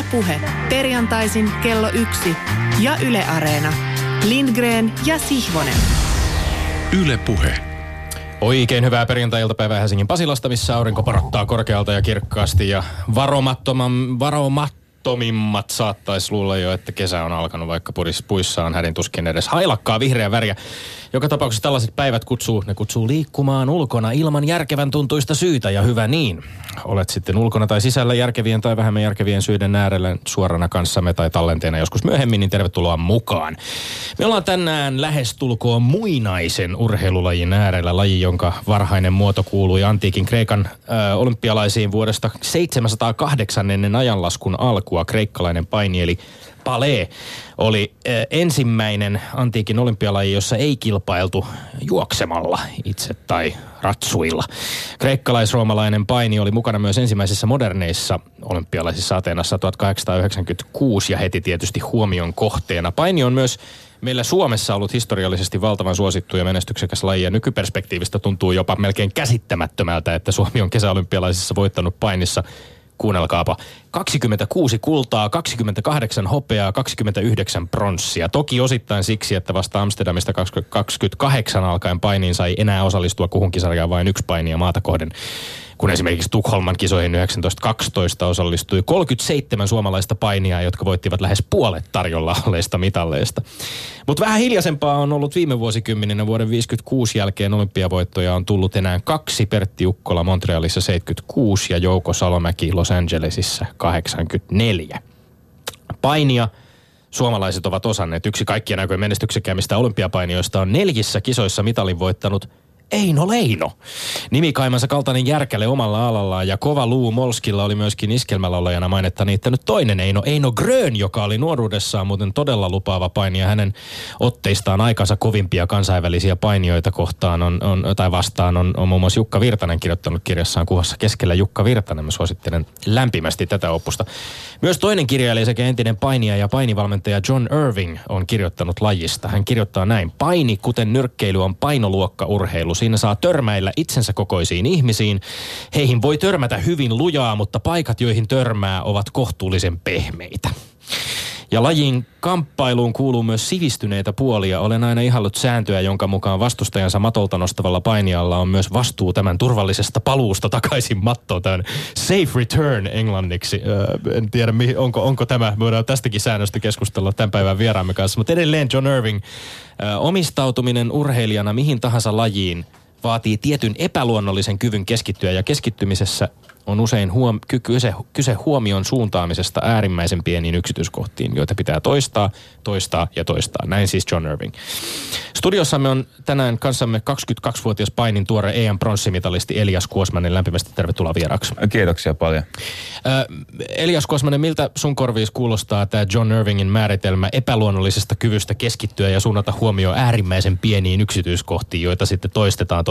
Puhe. Perjantaisin kello 1 ja Yle Areena. Lindgren ja Sihvonen. Yle Puhe. Oikein hyvää perjantai-iltapäivää Helsingin Pasilasta, missä aurinko porottaa korkealta ja kirkkaasti ja varomattomimmat saattaisi luulla jo, että kesä on alkanut, vaikka puissa on hädin tuskin edes hailakkaa vihreä väriä. Joka tapauksessa tällaiset päivät kutsuu liikkumaan ulkona ilman järkevän tuntuista syytä, ja hyvä niin. Olet sitten ulkona tai sisällä järkevien tai vähemmän järkevien syiden äärellä suorana kanssamme tai tallenteena joskus myöhemmin, niin tervetuloa mukaan. Me ollaan tänään lähestulkoon muinaisen urheilulajin äärellä, laji, jonka varhainen muoto kuului antiikin Kreikan olympialaisiin vuodesta 708 ennen ajanlaskun alkua. Kreikkalainen paini eli Palé oli ensimmäinen antiikin olympialaji, jossa ei kilpailtu juoksemalla itse tai ratsuilla. Kreikkalais-roomalainen paini oli mukana myös ensimmäisissä moderneissa olympialaisissa Ateenassa 1896 ja heti tietysti huomion kohteena. Paini on myös meillä Suomessa ollut historiallisesti valtavan suosittu ja menestyksekäs laji, ja nykyperspektiivistä tuntuu jopa melkein käsittämättömältä, että Suomi on kesäolympialaisissa voittanut painissa, kuunnelkaapa, 26 kultaa, 28 hopeaa, 29 pronssia. Toki osittain siksi, että vasta Amsterdamista 28 alkaen painiin sai enää osallistua kuhunkin sarjaan vain yksi painija maata kohden. Kun esimerkiksi Tukholman kisoihin 1912 osallistui 37 suomalaista painia, jotka voittivat lähes puolet tarjolla olleista mitalleista. Mutta vähän hiljaisempaa on ollut viime vuosikymmeninä. Vuoden 1956 jälkeen olympiavoittoja on tullut enää 2, Pertti Ukkola Montrealissa 76 ja Jouko Salomäki Los Angelesissa 84. Painia suomalaiset ovat osanneet. Yksi kaikkien aikojen menestyksekkäimmistä olympiapainijoista on 4 kisoissa mitalin voittanut Eino Leino. Nimikaimansa kaltainen järkäle omalla alallaan, ja kova luu Molskilla oli myöskin iskelmälaulajana mainetta niittänyt toinen Eino Grön, joka oli nuoruudessaan muuten todella lupaava painija. Hänen otteistaan aikansa kovimpia kansainvälisiä painijoita kohtaan vastaan on muun muassa Jukka Virtanen kirjoittanut kirjassaan Kuvassa keskellä Jukka Virtanen. Mä suosittelen lämpimästi tätä opusta. Myös toinen kirjailija sekä entinen painija ja painivalmentaja John Irving on kirjoittanut lajista. Hän kirjoittaa näin: paini, kuten nyrkkeily, on painoluokkaurheilu. Siinä saa törmäillä itsensä kokoisiin ihmisiin. Heihin voi törmätä hyvin lujaa, mutta paikat, joihin törmää, ovat kohtuullisen pehmeitä. Ja lajin kamppailuun kuuluu myös sivistyneitä puolia. Olen aina ihaillut sääntöä, jonka mukaan vastustajansa matolta nostavalla painijalla on myös vastuu tämän turvallisesta paluusta takaisin mattoon. Tämän safe return englanniksi. En tiedä, onko tämä. Me voidaan tästäkin säännöstä keskustella tämän päivän vieraamme kanssa. Mutta edelleen John Irving, omistautuminen urheilijana mihin tahansa lajiin vaatii tietyn epäluonnollisen kyvyn keskittyä, ja keskittymisessä on usein kyse huomion suuntaamisesta äärimmäisen pieniin yksityiskohtiin, joita pitää toistaa. Näin siis John Irving. Studiossamme on tänään kanssamme 22-vuotias painin tuore EM-pronssimitalisti Elias Kuosmanen. Lämpimästi tervetuloa vieraaksi. Kiitoksia paljon. Elias Kuosmanen, miltä sun korviis kuulostaa tämä John Irvingin määritelmä epäluonnollisesta kyvystä keskittyä ja suunnata huomioon äärimmäisen pieniin yksityiskohtiin, joita sitten toistetaan?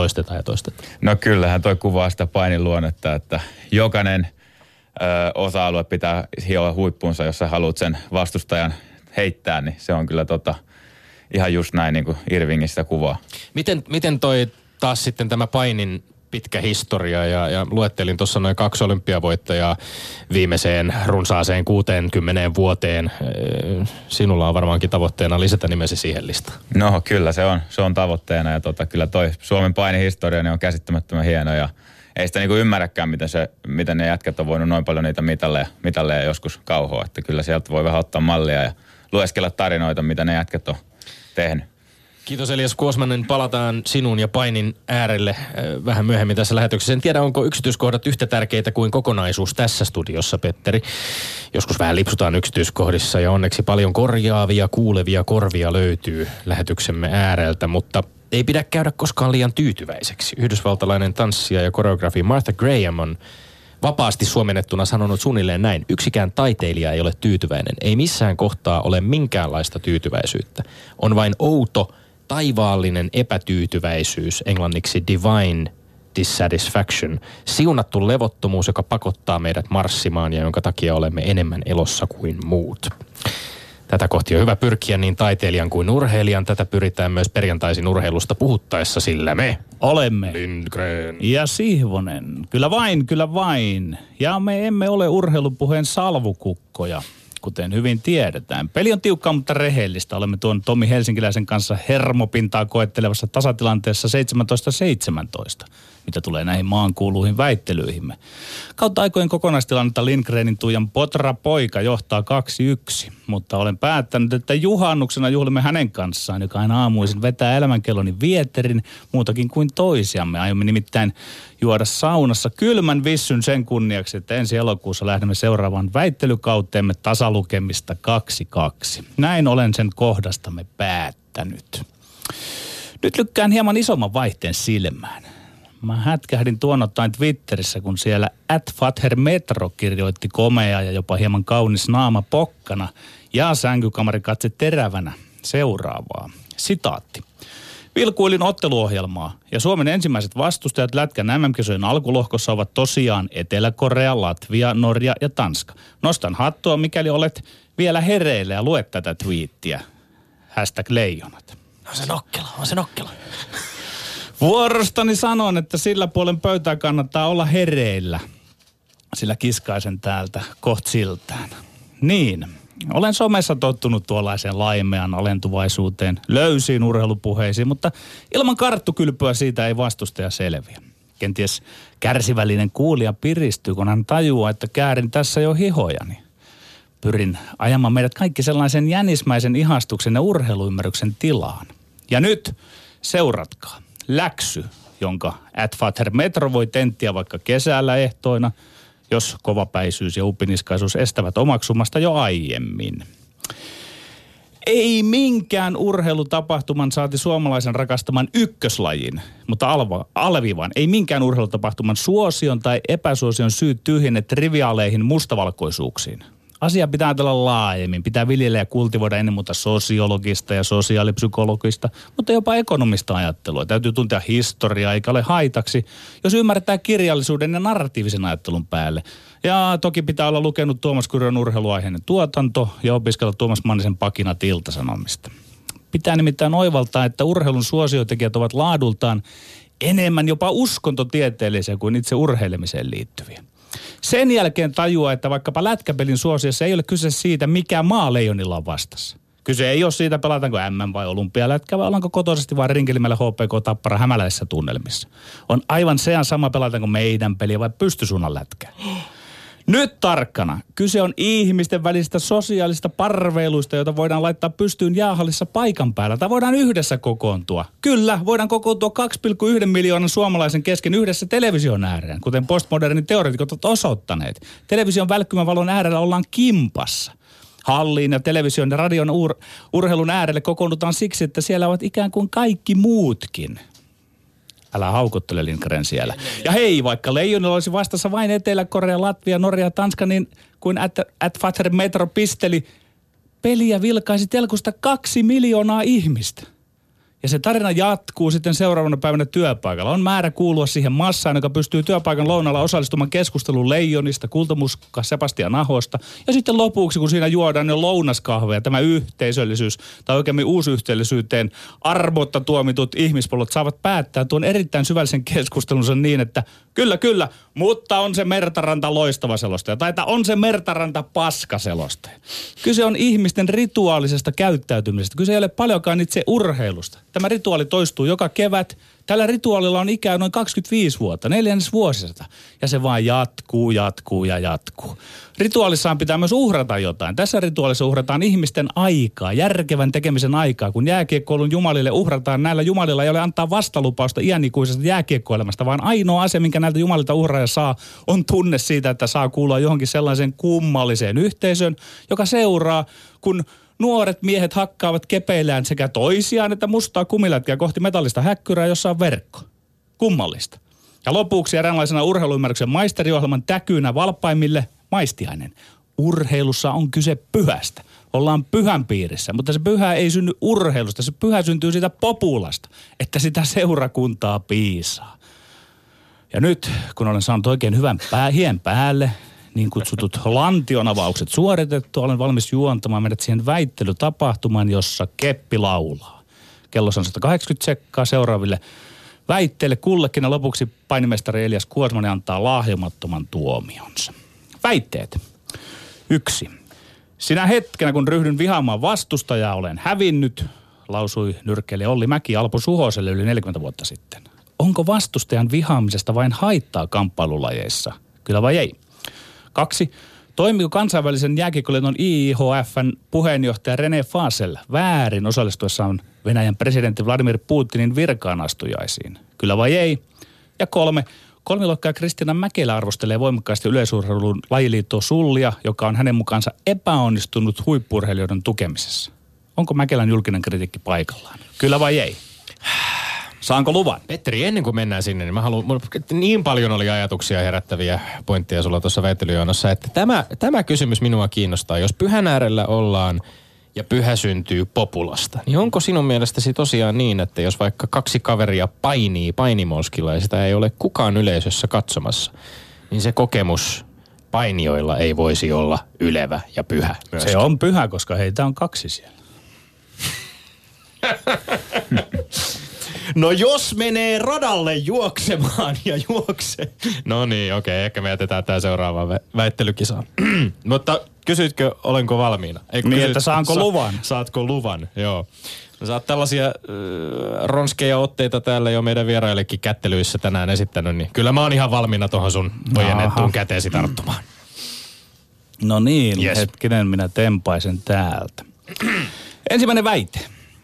No kyllähän toi kuvaa sitä painin luonnetta, että jokainen osa-alue pitää hioa huippuunsa, jos sä haluat sen vastustajan heittää, niin se on kyllä ihan just näin, niin kuin Irvingistä kuvaa. Miten toi taas sitten tämä painin pitkä historia, ja luettelin tuossa noin 2 olympiavoittajaa viimeiseen runsaaseen 60 vuoteen. Sinulla on varmaankin tavoitteena lisätä nimesi siihen listaan. No kyllä se on tavoitteena, ja kyllä toi Suomen painihistoria niin on käsittämättömän hieno, ja ei sitä niinku ymmärräkään, miten ne jätkät on voinut noin paljon niitä mitalleja joskus kauhoa. Että kyllä sieltä voi vähän ottaa mallia ja lueskella tarinoita, mitä ne jätkät on tehnyt. Kiitos Elias Kuosmanen. Palataan sinun ja painin äärelle vähän myöhemmin tässä lähetyksessä. En tiedä, onko yksityiskohdat yhtä tärkeitä kuin kokonaisuus tässä studiossa, Petteri. Joskus vähän lipsutaan yksityiskohdissa, ja onneksi paljon korjaavia, kuulevia korvia löytyy lähetyksemme ääreltä, mutta ei pidä käydä koskaan liian tyytyväiseksi. Yhdysvaltalainen tanssija ja koreografi Martha Graham on vapaasti suomennettuna sanonut suunnilleen näin: yksikään taiteilija ei ole tyytyväinen. Ei missään kohtaa ole minkäänlaista tyytyväisyyttä. On vain outo, taivaallinen epätyytyväisyys, englanniksi divine dissatisfaction, siunattu levottomuus, joka pakottaa meidät marssimaan ja jonka takia olemme enemmän elossa kuin muut. Tätä kohti on hyvä pyrkiä niin taiteilijan kuin urheilijan. Tätä pyritään myös perjantaisin urheilusta puhuttaessa, sillä me olemme Lindgren ja Sihvonen. Kyllä vain, kyllä vain. Ja me emme ole urheilupuheen salvukukkoja, kuten hyvin tiedetään. Peli on tiukkaa, mutta rehellistä. Olemme tuon Tomi Helsinkiläisen kanssa hermopintaa koettelevassa tasatilanteessa 17-17, mitä tulee näihin maankuuluihin väittelyihimme. Kautta aikojen kokonaistilannetta Lindgrenin Tuijan Potra poika johtaa 2-1, mutta olen päättänyt, että juhannuksena juhlimme hänen kanssaan, joka aina aamuisin vetää elämänkelloni vieterin muutakin kuin toisiamme. Aiomme nimittäin juoda saunassa kylmän vissyn sen kunniaksi, että ensi elokuussa lähdemme seuraavaan väittelykauteemme tasalukemista 2-2. Näin olen sen kohdastamme päättänyt. Nyt lykkään hieman isomman vaihteen silmään. Mä hätkähdin tuonnottain Twitterissä, kun siellä @fathermetro kirjoitti komea ja jopa hieman kaunis naama pokkana ja sänkykamari katse terävänä seuraavaa. Sitaatti. Vilkuilin otteluohjelmaa ja Suomen ensimmäiset vastustajat Lätkän MM-kisojen alkulohkossa ovat tosiaan Etelä-Korea, Latvia, Norja ja Tanska. Nostan hattua, mikäli olet vielä hereillä ja luet tätä twiittiä. #leijonat. On se nokkela. Vuorostani sanon, että sillä puolen pöytää kannattaa olla hereillä, sillä kiskaisen täältä siltään. Niin, olen somessa tottunut tuollaiseen laimean alentuvaisuuteen, löysiin urheilupuheisiin, mutta ilman karttukylpyä siitä ei vastustaja selviä. Kenties kärsivällinen kuulija piristyy, kun hän tajuaa, että käärin tässä jo hihojani. Pyrin ajamaan meidät kaikki sellaisen jänismäisen ihastuksen ja urheiluymmärryksen tilaan. Ja nyt seuratkaa. Läksy, jonka @fathermetro voi tenttiä vaikka kesällä ehtoina, jos kovapäisyys ja upiniskaisuus estävät omaksumasta jo aiemmin. Ei minkään urheilutapahtuman saati suomalaisen rakastaman ykköslajin, mutta alviivaan, ei minkään urheilutapahtuman suosion tai epäsuosion syyt tyhjenne triviaaleihin mustavalkoisuuksiin. Asia pitää ajatella laajemmin. Pitää viljellä ja kultivoida ennen muuta sosiologista ja sosiaalipsykologista, mutta jopa ekonomista ajattelua. Täytyy tuntea historiaa, eikä ole haitaksi, jos ymmärtää kirjallisuuden ja narratiivisen ajattelun päälle. Ja toki pitää olla lukenut Tuomas Kyrön urheiluaiheinen tuotanto ja opiskella Tuomas Mannisen Pakinat Ilta-Sanomista. Pitää nimittäin oivaltaa, että urheilun suosiotekijät ovat laadultaan enemmän jopa uskontotieteellisiä kuin itse urheilemiseen liittyviä. Sen jälkeen tajuaa, että vaikkapa lätkäpelin suosiossa ei ole kyse siitä, mikä maa Leijonilla on vastassa. Kyse ei ole siitä, pelataanko MM vai olympialätkä, vai ollaanko kotoisesti vai Rinkelimäellä HPK Tappara Hämäläisessä tunnelmissa. On aivan sean sama, pelataanko meidän peliä vai pystysuunnan lätkää. Nyt tarkkana. Kyse on ihmisten välisistä sosiaalista parveiluista, joita voidaan laittaa pystyyn jäähallissa paikan päällä. Tai voidaan yhdessä kokoontua. Kyllä, voidaan kokoontua 2,1 miljoonan suomalaisen kesken yhdessä television ääreen, kuten postmodernit teoreetikot ovat osoittaneet. Television välkkymävalon äärellä ollaan kimpassa. Halliin ja television ja radion urheilun äärelle kokoonnutaan siksi, että siellä ovat ikään kuin kaikki muutkin. Älä haukuttele Lindgren siellä. Ja hei, vaikka Leijonilla olisi vastassa vain Etelä-Korea, Latvia, Norja ja Tanska, niin kuin @fathermetro pisteli, peliä vilkaisi telkusta 2 miljoonaa ihmistä. Ja se tarina jatkuu sitten seuraavana päivänä työpaikalla. On määrä kuulua siihen massaan, joka pystyy työpaikan lounalla osallistumaan keskusteluun Leijonista, Kultamuska, Sebastian Ahosta. Ja sitten lopuksi, kun siinä juodaan jo lounaskahveja, tämä yhteisöllisyys tai oikeammin uusyhteisöllisyyteen armotta tuomitut ihmispolot saavat päättää tuon erittäin syvällisen keskustelunsa niin, että kyllä, mutta on se Mertaranta loistava selostaja. Tai että on se Mertaranta paska selostaja. Kyse on ihmisten rituaalisesta käyttäytymisestä. Kyse ei ole paljonkaan itse urheilusta. Tämä rituaali toistuu joka kevät. Tällä rituaalilla on ikää noin 25 vuotta, 4. vuosisata. Ja se vaan jatkuu. Rituaalissaan pitää myös uhrata jotain. Tässä rituaalissa uhrataan ihmisten aikaa, järkevän tekemisen aikaa. Kun jääkiekkoilun jumalille uhrataan, näillä jumalilla ei ole antaa vastalupausta iänikuisesta jääkiekkoelämästä, vaan ainoa asia, minkä näiltä jumalilta uhraaja saa, on tunne siitä, että saa kuulua johonkin sellaiseen kummalliseen yhteisöön, joka seuraa, kun nuoret miehet hakkaavat kepeillään sekä toisiaan että mustaa kumilätkää kohti metallista häkkyrää, jossa on verkko. Kummallista. Ja lopuksi eräänlaisena urheiluymmärryksen maisteriohjelman täkynä valppaimmille maistiainen. Urheilussa on kyse pyhästä. Ollaan pyhän piirissä, mutta se pyhä ei synny urheilusta. Se pyhä syntyy siitä populasta, että sitä seurakuntaa piisaa. Ja nyt, kun olen saanut oikein hyvän hien päälle niin kutsutut lantionavaukset suoritettu. Olen valmis juontamaan meidät siihen väittelytapahtumaan, jossa keppi laulaa. Kellossa on 180 sekkaa seuraaville väitteille kullekin ja lopuksi painimestari Elias Kuosmanen antaa lahjomattoman tuomionsa. Väitteet. 1. Sinä hetkenä, kun ryhdyn vihaamaan vastustajaa, olen hävinnyt, lausui nyrkkeilijä Olli Mäki Alpo Suhoselle yli 40 vuotta sitten. Onko vastustajan vihaamisesta vain haittaa kamppailulajeissa? Kyllä vai ei? 2. Toimiko kansainvälisen jääkiekkoliiton IIHF:n puheenjohtaja René Fasel väärin osallistuessaan Venäjän presidentti Vladimir Putinin virkaanastujaisiin? Kyllä vai ei? Ja 3. Kolmiloikkaja Kristiina Mäkelä arvostelee voimakkaasti yleisurheilun lajiliittoa Sullia, joka on hänen mukaansa epäonnistunut huippu-urheilijoiden tukemisessa. Onko Mäkelän julkinen kritiikki paikallaan? Kyllä vai ei? Saanko luvan? Petteri, ennen kuin mennään sinne, niin niin paljon oli ajatuksia herättäviä pointteja sulla tuossa väittelyjonossa, että tämä kysymys minua kiinnostaa. Jos pyhän äärellä ollaan ja pyhä syntyy populasta, niin onko sinun mielestäsi tosiaan niin, että jos vaikka 2 kaveria painii painimoskilla ja sitä ei ole kukaan yleisössä katsomassa, niin se kokemus painijoilla ei voisi olla ylevä ja pyhä myöskin? Se on pyhä, koska heitä on 2 siellä. No jos menee radalle juoksemaan ja juoksee. No niin, okei, ehkä me jätetään tämä seuraavaan väittelykisaan. Mutta kysytkö, olenko valmiina? Niin, että saanko luvan? Saatko luvan, joo. No, sä oot tällaisia ronskeja otteita täällä jo meidän vieraillekin kättelyissä tänään esittänyt, niin kyllä mä oon ihan valmiina tuohon sun ojennettuun käteesi tarttumaan. No niin, yes. Hetkinen, minä tempaisen täältä. Ensimmäinen väite.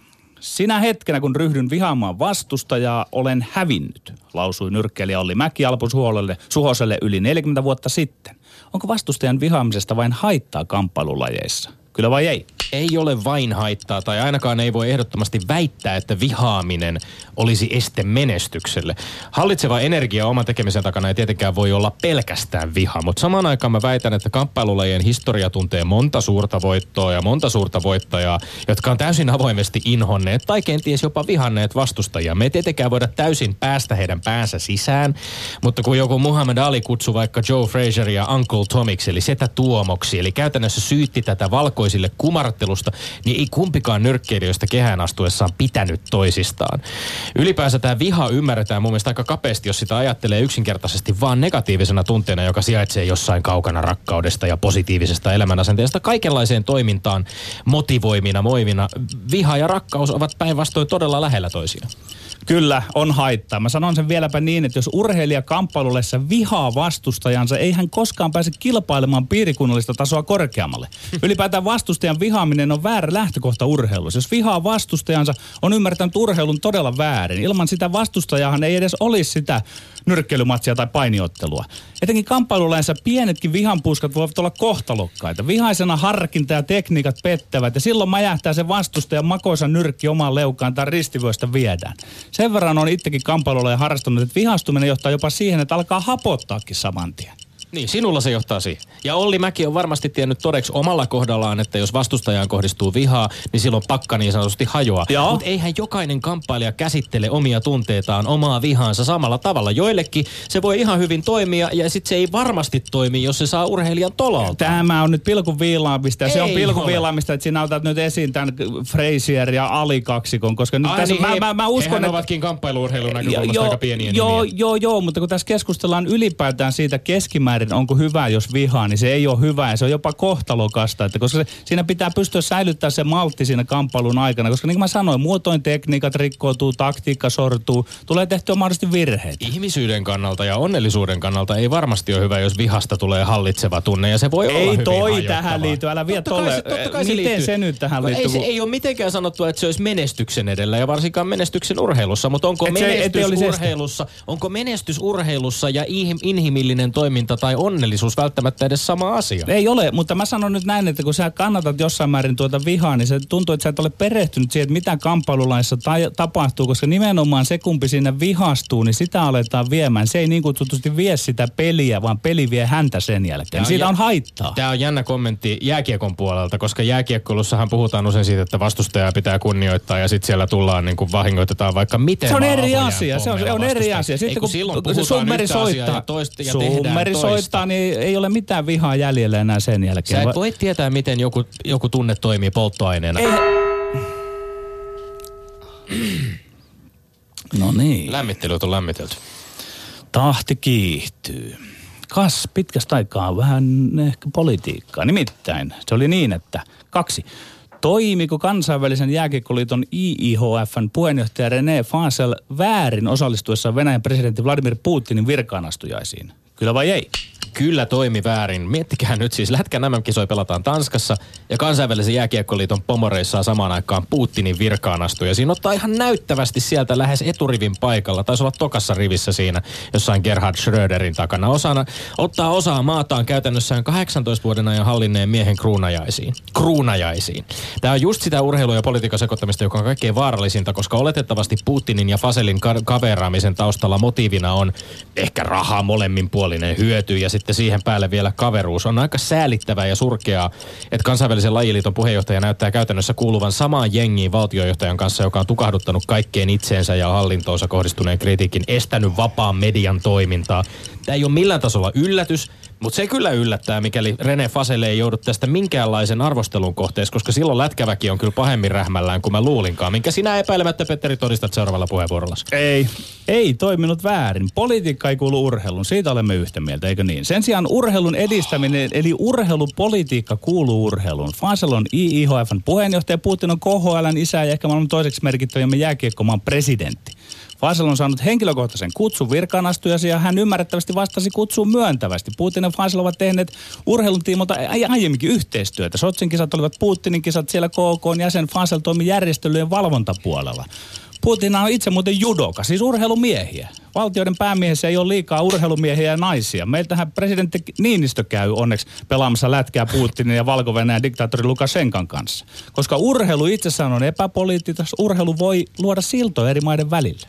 Sinä hetkenä, kun ryhdyn vihaamaan vastustajaa, olen hävinnyt, lausui nyrkkeilijä Olli Mäki Alpo Suhoselle yli 40 vuotta sitten. Onko vastustajan vihaamisesta vain haittaa kamppailulajeissa? Kyllä vai ei? Ei ole vain haittaa, tai ainakaan ei voi ehdottomasti väittää, että vihaaminen olisi este menestykselle. Hallitseva energia oman tekemisen takana ei tietenkään voi olla pelkästään viha, mutta samaan aikaan mä väitän, että kamppailulajien historia tuntee monta suurta voittoa ja monta suurta voittajaa, jotka on täysin avoimesti inhonneet tai kenties jopa vihanneet vastustajia. Me ei tietenkään voida täysin päästä heidän päänsä sisään, mutta kun joku Muhammad Ali kutsui vaikka Joe Fraziria Uncle Tomiksi, eli setä Tuomoksi, eli käytännössä syytti tätä valkoisille kumarttelusta, niin ei kumpikaan nyrkkeilijöistä kehään astuessaan pitänyt toisistaan. Ylipäänsä tämä viha ymmärretään mun mielestä aika kapeasti, jos sitä ajattelee yksinkertaisesti vaan negatiivisena tunteena, joka sijaitsee jossain kaukana rakkaudesta ja positiivisesta elämänasenteesta kaikenlaiseen toimintaan motivoimina. Viha ja rakkaus ovat päinvastoin todella lähellä toisiaan. Kyllä, on haittaa. Mä sanon sen vieläpä niin, että jos urheilija kamppailulessa vihaa vastustajansa, ei hän koskaan pääse kilpailemaan piirikunnallista tasoa korkeammalle. Ylipäätään vastustajan vihaaminen on väärä lähtökohta urheilussa. Jos vihaa vastustajansa, on ymmärtänyt urheilun todella väärin. Ilman sitä vastustajahan ei edes olisi sitä nyrkkeilymatsia tai painiottelua. Etenkin kamppailulajissa pienetkin vihanpuuskat voivat olla kohtalokkaita. Vihaisena harkinta ja tekniikat pettävät ja silloin mäjähtää se vastustajan makoisa nyrkki omaan leukaan tai ristivyöstä viedään. Sen verran on itsekin kamppailulaja harrastunut, että vihastuminen johtaa jopa siihen, että alkaa hapottaakin saman tien. Niin, sinulla se johtaa siihen. Ja Olli Mäki on varmasti tiennyt todeksi omalla kohdallaan, että jos vastustajaan kohdistuu vihaa, niin silloin pakka niin sanotusti hajoaa. Mutta eihän jokainen kamppailija käsittele omia tunteitaan, omaa vihaansa samalla tavalla. Joillekin se voi ihan hyvin toimia ja sitten se ei varmasti toimi, jos se saa urheilijan tolalta. Tämä on nyt pilkun viilaamista ja se on pilkun viilaamista, että sinä otat nyt esiin tämän Frazier ja Ali-kaksikon, koska nyt tässä niin mä uskon, että ovatkin kamppailu-urheilun näkökulmasta aika pieniä nimiä. Joo, mutta kun tässä keskustellaan ylipäätään siitä keskimäärin, onko hyvä, jos vihaa, niin se ei ole hyvä ja se on jopa kohtalokasta, että koska siinä pitää pystyä säilyttämään se maltti siinä kamppailun aikana, koska niin kuin mä sanoin, muotoin tekniikat rikkoutuu, taktiikka sortuu, tulee tehtyä mahdollisesti virheitä. Ihmisyyden kannalta ja onnellisuuden kannalta ei varmasti ole hyvä, jos vihasta tulee hallitseva tunne ja se voi olla hyvin hajottavaa. Ei toi tähän liity, älä vie tolle. Miten se nyt tähän liittyy? Ei ole mitenkään sanottua, että se olisi menestyksen edellä ja varsinkaan menestyksen urheilussa, mutta onko menestys urheilussa ja inhimillinen toiminta tai onnellisuus välttämättä edes sama asia? Ei ole, mutta mä sanon nyt näin, että kun sä kannatat jossain määrin tuota vihaa, niin se tuntuu, että sä et ole perehtynyt siihen, että mitä kamppailulaissa tapahtuu, koska nimenomaan se, kumpi siinä vihastuu, niin sitä aletaan viemään. Se ei niin kutsutusti vie sitä peliä, vaan peli vie häntä sen jälkeen. Siitä on haittaa. Tämä on jännä kommentti jääkiekon puolelta, koska jääkiekkoilussahan puhutaan usein siitä, että vastustajaa pitää kunnioittaa ja sitten siellä tullaan niin kuin vahingoitetaan vaikka miten. Se on eri asia. Se on eri asia. Sitten kun silloin puhutaan yhtä asiaa ja tehdään toista. voittaa, niin ei ole mitään vihaa jäljellä enää sen jälkeen. Sä et voi tietää, miten joku tunne toimii polttoaineena. No niin. Lämmittelyt on lämmitelty. Tahti kiihtyy. Kas pitkästä aikaa vähän ehkä politiikkaa. Nimittäin se oli niin, että 2. Toimiko kansainvälisen jääkiekkoliiton IIHF:n puheenjohtaja René Fasel väärin osallistuessaan Venäjän presidentti Vladimir Putinin virkaanastujaisiin? Kyllä vai ei? Kyllä toimi väärin. Miettikää nyt siis, Lätkän MM-kisoja pelataan Tanskassa ja kansainvälisen jääkiekkoliiton pomoreissa samaan aikaan Putinin virkaanastuja. Siinä ottaa ihan näyttävästi sieltä lähes eturivin paikalla. Taisi olla tokassa rivissä siinä jossain Gerhard Schröderin takana. Ottaa osaa maataan käytännössään 18 vuoden ajan hallinneen miehen kruunajaisiin. Tämä on just sitä urheilu- ja politiikan sekoittamista, joka on kaikkein vaarallisinta, koska oletettavasti Putinin ja Faselin kaveraamisen taustalla motiivina on ehkä rahaa molemminpuolinen hyöty ja sitten siihen päälle vielä kaveruus. On aika säälittävää ja surkeaa, että kansainvälisen lajiliiton puheenjohtaja näyttää käytännössä kuuluvan samaan jengiin valtiojohtajan kanssa, joka on tukahduttanut kaikkeen itseensä ja hallintoonsa kohdistuneen kritiikin, estänyt vapaan median toimintaa. Tämä ei ole millään tasolla yllätys, mutta se kyllä yllättää, mikäli René Fasel ei joudu tästä minkäänlaisen arvostelun kohteessa, koska silloin lätkäväki on kyllä pahemmin rähmällään kuin mä luulinkaan. Minkä sinä epäilemättä, Petteri, todistat seuraavalla puheenvuorollasi? Ei toiminut väärin. Politiikka ei kuulu urheiluun. Siitä olemme yhtä mieltä, eikö niin? Sen sijaan urheilun edistäminen, eli urheilupolitiikka kuuluu urheiluun. Fasel on IIHF:n puheenjohtaja, Putin on KHL:n isä ja ehkä maailman toiseksi merkittävimmän jääkiekkomaan presidentti. Fasel on saanut henkilökohtaisen kutsun virkaanastujasi ja hän ymmärrettävästi vastasi kutsuun myöntävästi. Putin ja Fasel ovat tehneet urheilun tiimoilta aiemminkin yhteistyötä. Sotsin kisat olivat Putinin kisat, siellä KK:n jäsen Fasel toimi järjestelyjen valvontapuolella. Putin on itse muuten judoka, siis urheilumiehiä. Valtioiden päämiehessä ei ole liikaa urheilumiehiä ja naisia. Meiltähän presidentti Niinistö käy onneksi pelaamassa lätkää Putinin ja Valko-Venäjän diktaattori Lukashenkan kanssa. Koska urheilu itsessään on epäpoliittista, urheilu voi luoda siltoja eri maiden välille.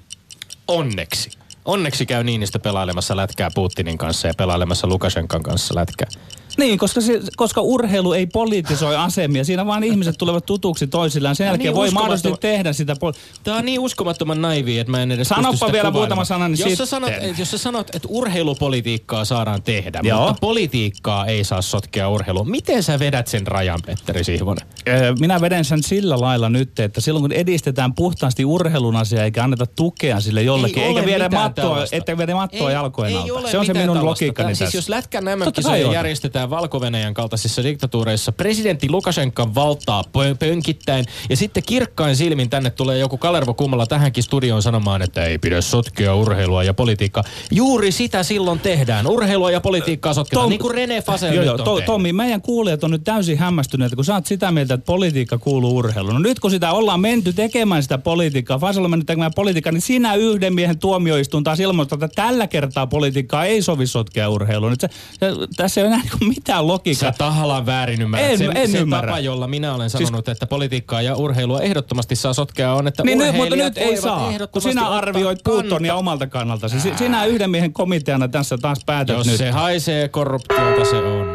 Onneksi käy Niinistö pelailemassa lätkää Putinin kanssa ja pelailemassa Lukashenkan kanssa lätkää. Niin, koska urheilu ei politisoi asemia. Siinä vaan ihmiset tulevat tutuksi toisillaan. Sen jälkeen voi mahdollisesti tehdä sitä. Tämä on niin uskomattoman naivi, että mä en edes sanoppa pysty sitä vielä kuvailemaan. muutama sana, niin jos sä sanot, että urheilupolitiikkaa saadaan tehdä, mutta politiikkaa ei saa sotkea urheiluun. Miten sä vedät sen rajan, Petteri Sihvonen? Minä vedän sen sillä lailla nyt, että silloin kun edistetään puhtaasti urheilun asiaa eikä anneta tukea sille jollekin, eikä viedä mattoa jalkojen alta. Se on se minun logiikkani tässä. Siis jos Lätkän MM-kisoja järjestetään Valko-Venäjän kaltaisissa diktatuureissa, presidentti Lukashenkan valtaa pönkittäin ja sitten kirkkain silmin tänne tulee joku Kalervo Kummala tähänkin studioon sanomaan, että ei pidä sotkea urheilua ja politiikkaa. Juuri sitä silloin tehdään. Urheilua ja politiikkaa sotketaan, niin kuin René Fasel nyt on tehnyt. Tommi, meidän kuulijat on nyt täysin hämmästyneet, kun sä oot sitä mieltä, että politiikka kuuluu urheiluun. No nyt kun sitä ollaan menty tekemään sitä politiikkaa, Fasel on mennyt tekemään politiikkaa, niin sinä yhden miehen tuomioistuin taas ilmoittaa, että tällä kertaa politiikkaa ei sovi sotkea urheiluun. Nyt tässä ei ole enää mitään logiikkaa. Sä tahallaan väärin ymmärrät. En ymmärrä. Tapa, jolla minä olen sanonut, että politiikkaa ja urheilua ehdottomasti saa sotkea on, että niin mutta nyt ei saa, kun sinä arvioit Putonia omalta kannalta. Sinä yhden miehen komiteana tässä taas päätät jos nyt. Jos se haisee korruptiolta, se on.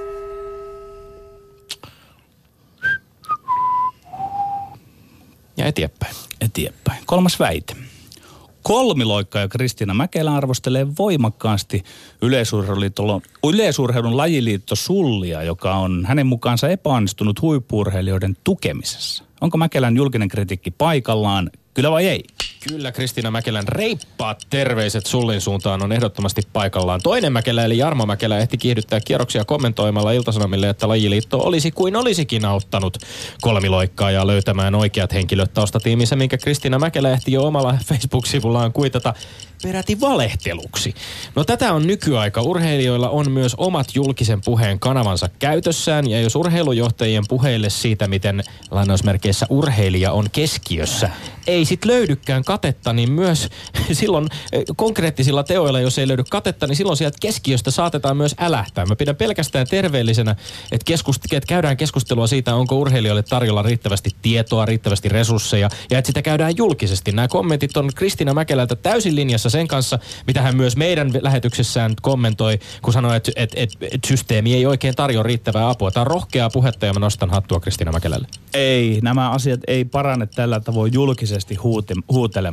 Ja eteenpäin. 3. väite. Kolmiloikka ja Kristiina Mäkelä arvostelee voimakkaasti yleisurheilun lajiliitto Sullia, joka on hänen mukaansa epäonnistunut huippu-urheilijoiden tukemisessa. Onko Mäkelän julkinen kritiikki paikallaan? Kyllä vai ei? Kyllä, Kristiina Mäkelän reippaat terveiset Sullin suuntaan on ehdottomasti paikallaan. Toinen Mäkelä eli Jarmo Mäkelä ehti kiihdyttää kierroksia kommentoimalla Ilta-Sanomille, että lajiliitto olisi kuin olisikin auttanut kolmiloikkaa ja löytämään oikeat henkilöt taustatiimissä, minkä Kristiina Mäkelä ehti jo omalla Facebook-sivullaan kuitata peräti valehteluksi. No tätä on nykyaika. Urheilijoilla on myös omat julkisen puheen kanavansa käytössään ja jos urheilujohtajien puheille siitä, miten lainausmerkeissä urheilija on keskiössä, ei sit löydykään katetta, niin myös silloin konkreettisilla teoilla, jos ei löydy katetta, niin silloin sieltä keskiöstä saatetaan myös älähtää. Mä pidän pelkästään terveellisenä, että käydään keskustelua siitä, onko urheilijoille tarjolla riittävästi tietoa, riittävästi resursseja ja että sitä käydään julkisesti. Nämä kommentit on Kristiina Mäkelältä täysin linjassa sen kanssa, mitä hän myös meidän lähetyksessään kommentoi, kun sanoi, että systeemi ei oikein tarjoa riittävää apua. Tämä on rohkeaa puhetta ja mä nostan hattua Kristiina Mäkelälle. Ei, nämä asiat ei parane tällä tavoin julkisesti huutelemalla.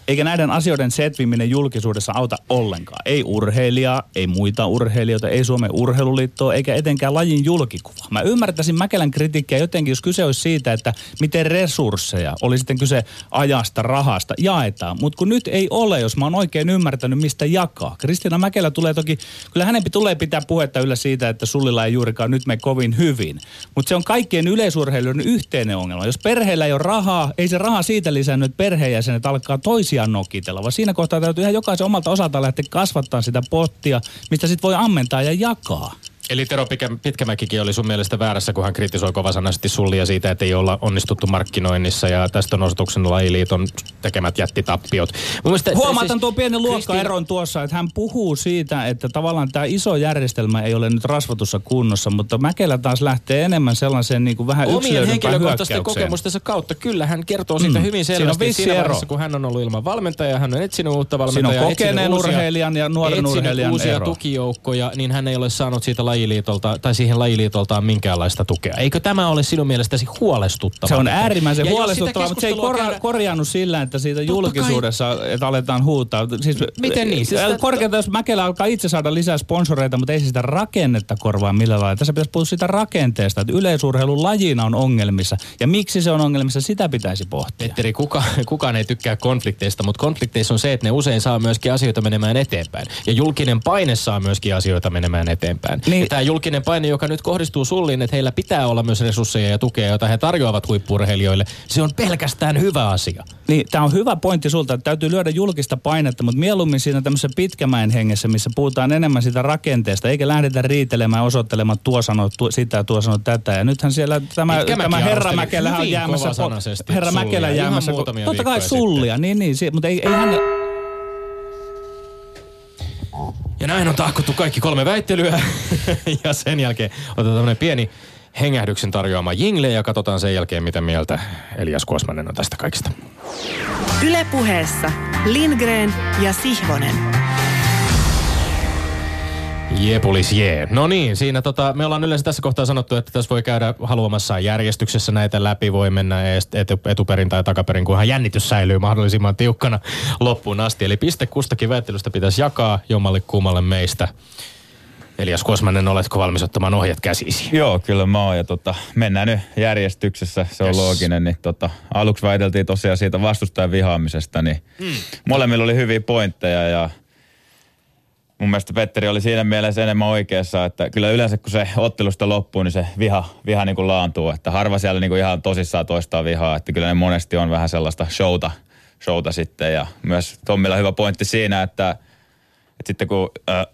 Eikä näiden asioiden setviminen julkisuudessa auta ollenkaan. Ei urheilijaa, ei muita urheilijoita, ei Suomen urheiluliittoa, eikä etenkään lajin julkikuvaa. Mä ymmärtäisin Mäkelän kritiikkiä jotenkin, jos kyse olisi siitä, että miten resursseja, oli sitten kyse ajasta, rahasta, jaetaan. Mutta kun nyt ei ole, jos mä oon oikein ymmärtänyt, mistä jakaa. Kristiina Mäkelä tulee toki, kyllä hänen tulee pitää puhetta yllä siitä, että Sullilla ei juurikaan nyt mene kovin hyvin. Mutta se on kaikkien yleisurheilijoiden yhteinen ongelma. Jos perheellä ei ole rahaa, ei se raha siitä lisännyt, että perheenjäsenet alkaa toisiaan nokitella, vaan siinä kohtaa täytyy ihan jokaisen omalta osalta lähteä kasvattaa sitä pottia, mistä sit voi ammentaa ja jakaa. Eli Tero Pitkämäkikin oli sun mielestä väärässä, kun hän kritisoi kovasanaisesti Sullia siitä, että ei olla onnistuttu markkinoinnissa ja tästä on osoituksena lajiliiton tekemät jättitappiot. Huomaataan tuo pienen luokkaeron tuossa, että hän puhuu siitä, että tavallaan tämä iso järjestelmä ei ole nyt rasvatussa kunnossa, mutta Mäkelä taas lähtee enemmän sellaiseen niin kuin vähän yksilöidympään henkilökohtaisten kokemustensa kautta. Kyllä hän kertoo siitä hyvin selvästi. Siinä vaiheessa, kun hän on ollut ilman valmentajaa, hän on etsinyt uutta valmentajaa. Siinä on kokeneen urheilijan ja nuoren urheilijan uusia tukijoukkoja, niin hän ei ole saanut siitä lajiliitolta tai siihen lajiliitoltaan minkäänlaista tukea. Eikö tämä ole sinun mielestäsi huolestuttavaa? Se on äärimmäisen huolestuttavaa, mutta se ei korjaannut sillä, että siitä julkisuudessa, että aletaan huutaa. Siis, miten niin? Siis korkeata, jos Mäkelä alkaa itse saada lisää sponsoreita, mutta ei sitä rakennetta korvaa millään lailla. Tässä pitäisi puhua siitä rakenteesta, että yleisurheilun lajina on ongelmissa. Ja miksi se on ongelmissa, sitä pitäisi pohtia. Petteri, kukaan ei tykkää konflikteista, mutta konflikteissa on se, että ne usein saa myöskin asioita menemään eteenpäin. Ja julkinen paine saa myöskin asioita menemään eteenpäin. Niin. Ja tämä julkinen paine, joka nyt kohdistuu Sulliin, että heillä pitää olla myös resursseja ja tukea, joita he tarjoavat huippu-urheilijoille, se on pelkästään hyvä asia. Niin, tämä on hyvä pointti sulta, että täytyy lyödä julkista painetta, mutta mieluummin siinä tämmöisessä Pitkämäen hengessä, missä puhutaan enemmän siitä rakenteesta, eikä lähdetä riitelemään, osoittelemaan tuo sanoo sitä ja tuo sanoo tätä. Ja nythän siellä tämä herra Mäkelä on jäämässä, herra Mäkelä jäämässä, totta kai Sullia, niin, mutta ei hän... Ja näin on tahkottu kaikki 3 väittelyä ja sen jälkeen otetaan tämmöinen pieni hengähdyksen tarjoama jingle ja katsotaan sen jälkeen, mitä mieltä Elias Kuosmanen on tästä kaikesta. Yle Puheessa Lindgren ja Sihvonen. Jepulis jee. No niin, siinä me ollaan yleensä tässä kohtaa sanottu, että tässä voi käydä haluamassaan järjestyksessä näitä läpi, voi mennä etuperin tai takaperin, kunhan jännitys säilyy mahdollisimman tiukkana loppuun asti. Eli piste kustakin väittelystä pitäisi jakaa jommalle kummalle meistä. Elias Kuosmanen, oletko valmis ottamaan ohjat käsisi? Joo, kyllä mä oon. Ja mennään nyt järjestyksessä, se on looginen. Niin aluksi väiteltiin tosiaan siitä vastustajan vihaamisesta, niin molemmilla oli hyviä pointteja ja mun mielestä Petteri oli siinä mielessä enemmän oikeassa, että kyllä yleensä kun se ottelusta loppuu, niin se viha niin kuin laantuu. Että harva siellä niin kuin ihan tosissaan toistaa vihaa, että kyllä ne monesti on vähän sellaista showta sitten. Ja myös Tommilla hyvä pointti siinä, että sitten kun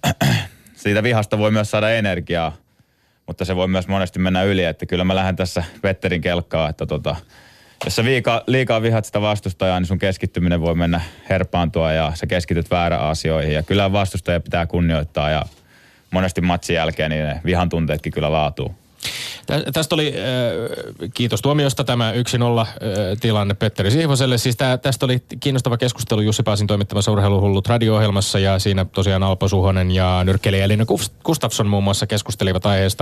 siitä vihasta voi myös saada energiaa, mutta se voi myös monesti mennä yli. Että kyllä mä lähden tässä Petterin kelkkaa, että jos sä liikaa vihat sitä vastustajaa, niin sun keskittyminen voi mennä herpaantua ja sä keskityt väärään asioihin. Ja kyllä vastustajia pitää kunnioittaa ja monesti matsin jälkeen niin ne vihan tunteetkin kyllä laatuu. Tästä oli, kiitos tuomiosta, tämä 1-0 tilanne Petteri Sihvoselle. Siis tästä oli kiinnostava keskustelu Jussi Paasin toimittamassa Urheiluhullut radio-ohjelmassa ja siinä tosiaan Alpo Suhonen ja nyrkkeilijä Elina Gustafsson muun muassa keskustelivat aiheesta.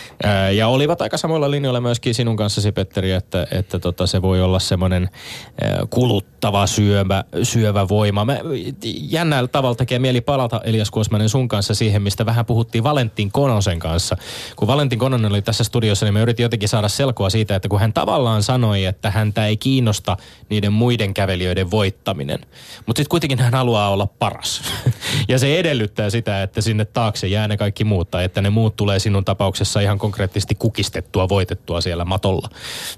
Ja olivat aika samoilla linjoilla myöskin sinun kanssasi, Petteri, että se voi olla semmoinen kuluttava syövä voima. Jännällä tavalla tekee mieli palata, Elias Kuosmanen, sun kanssa siihen, mistä vähän puhuttiin Valentin Konosen kanssa. Kun Valentin Kononen oli tässä studiossa, niin me yritin jotenkin saada selkoa siitä, että kun hän tavallaan sanoi, että häntä ei kiinnosta niiden muiden kävelijöiden voittaminen. Mutta sitten kuitenkin hän haluaa olla paras. Ja se edellyttää sitä, että sinne taakse jää ne kaikki muut, tai että ne muut tulee sinun tapauksessa ihan konkreettisesti kukistettua, voitettua siellä matolla.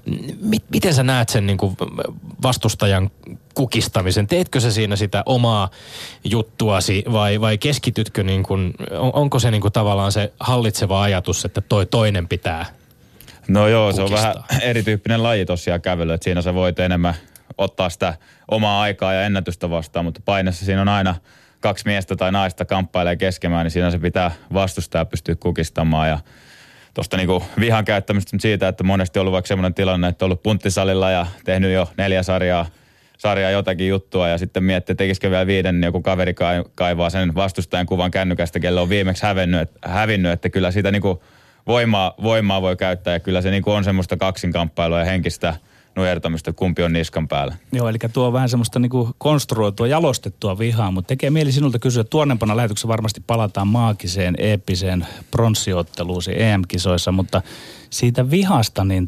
Miten sä näet sen niin kuin vastustajan kukistamisen? Teetkö sä siinä sitä omaa juttuasi vai keskitytkö, niin kuin, onko se niin kuin tavallaan se hallitseva ajatus, että toinen pitää No joo, kukistaa? Se on vähän erityyppinen laji tosiaan kävely, että siinä sä voit enemmän ottaa sitä omaa aikaa ja ennätystä vastaan, mutta painessa siinä on aina 2 miestä tai naista kamppailee keskemään, niin siinä se pitää vastustaa ja pystyä kukistamaan ja tuosta niinku vihan käyttämistä siitä, että monesti on ollut vaikka semmoinen tilanne, että on ollut punttisalilla ja tehnyt jo 4 sarjaa jotakin juttua ja sitten miettii, tekisikö vielä 5, niin joku kaveri kaivaa sen vastustajan kuvan kännykästä, kelle on viimeksi hävinnyt, että kyllä siitä niinku voimaa voi käyttää ja kyllä se niinku on semmoista kaksinkamppailua ja nujertamista, kumpi on niskan päällä. Joo, eli tuo on vähän semmoista niinku konstruoitua, jalostettua vihaa, mutta tekee mieli sinulta kysyä, että tuonnempana lähetyksessä varmasti palataan maagiseen, eeppiseen pronssiotteluun EM-kisoissa, mutta siitä vihasta, niin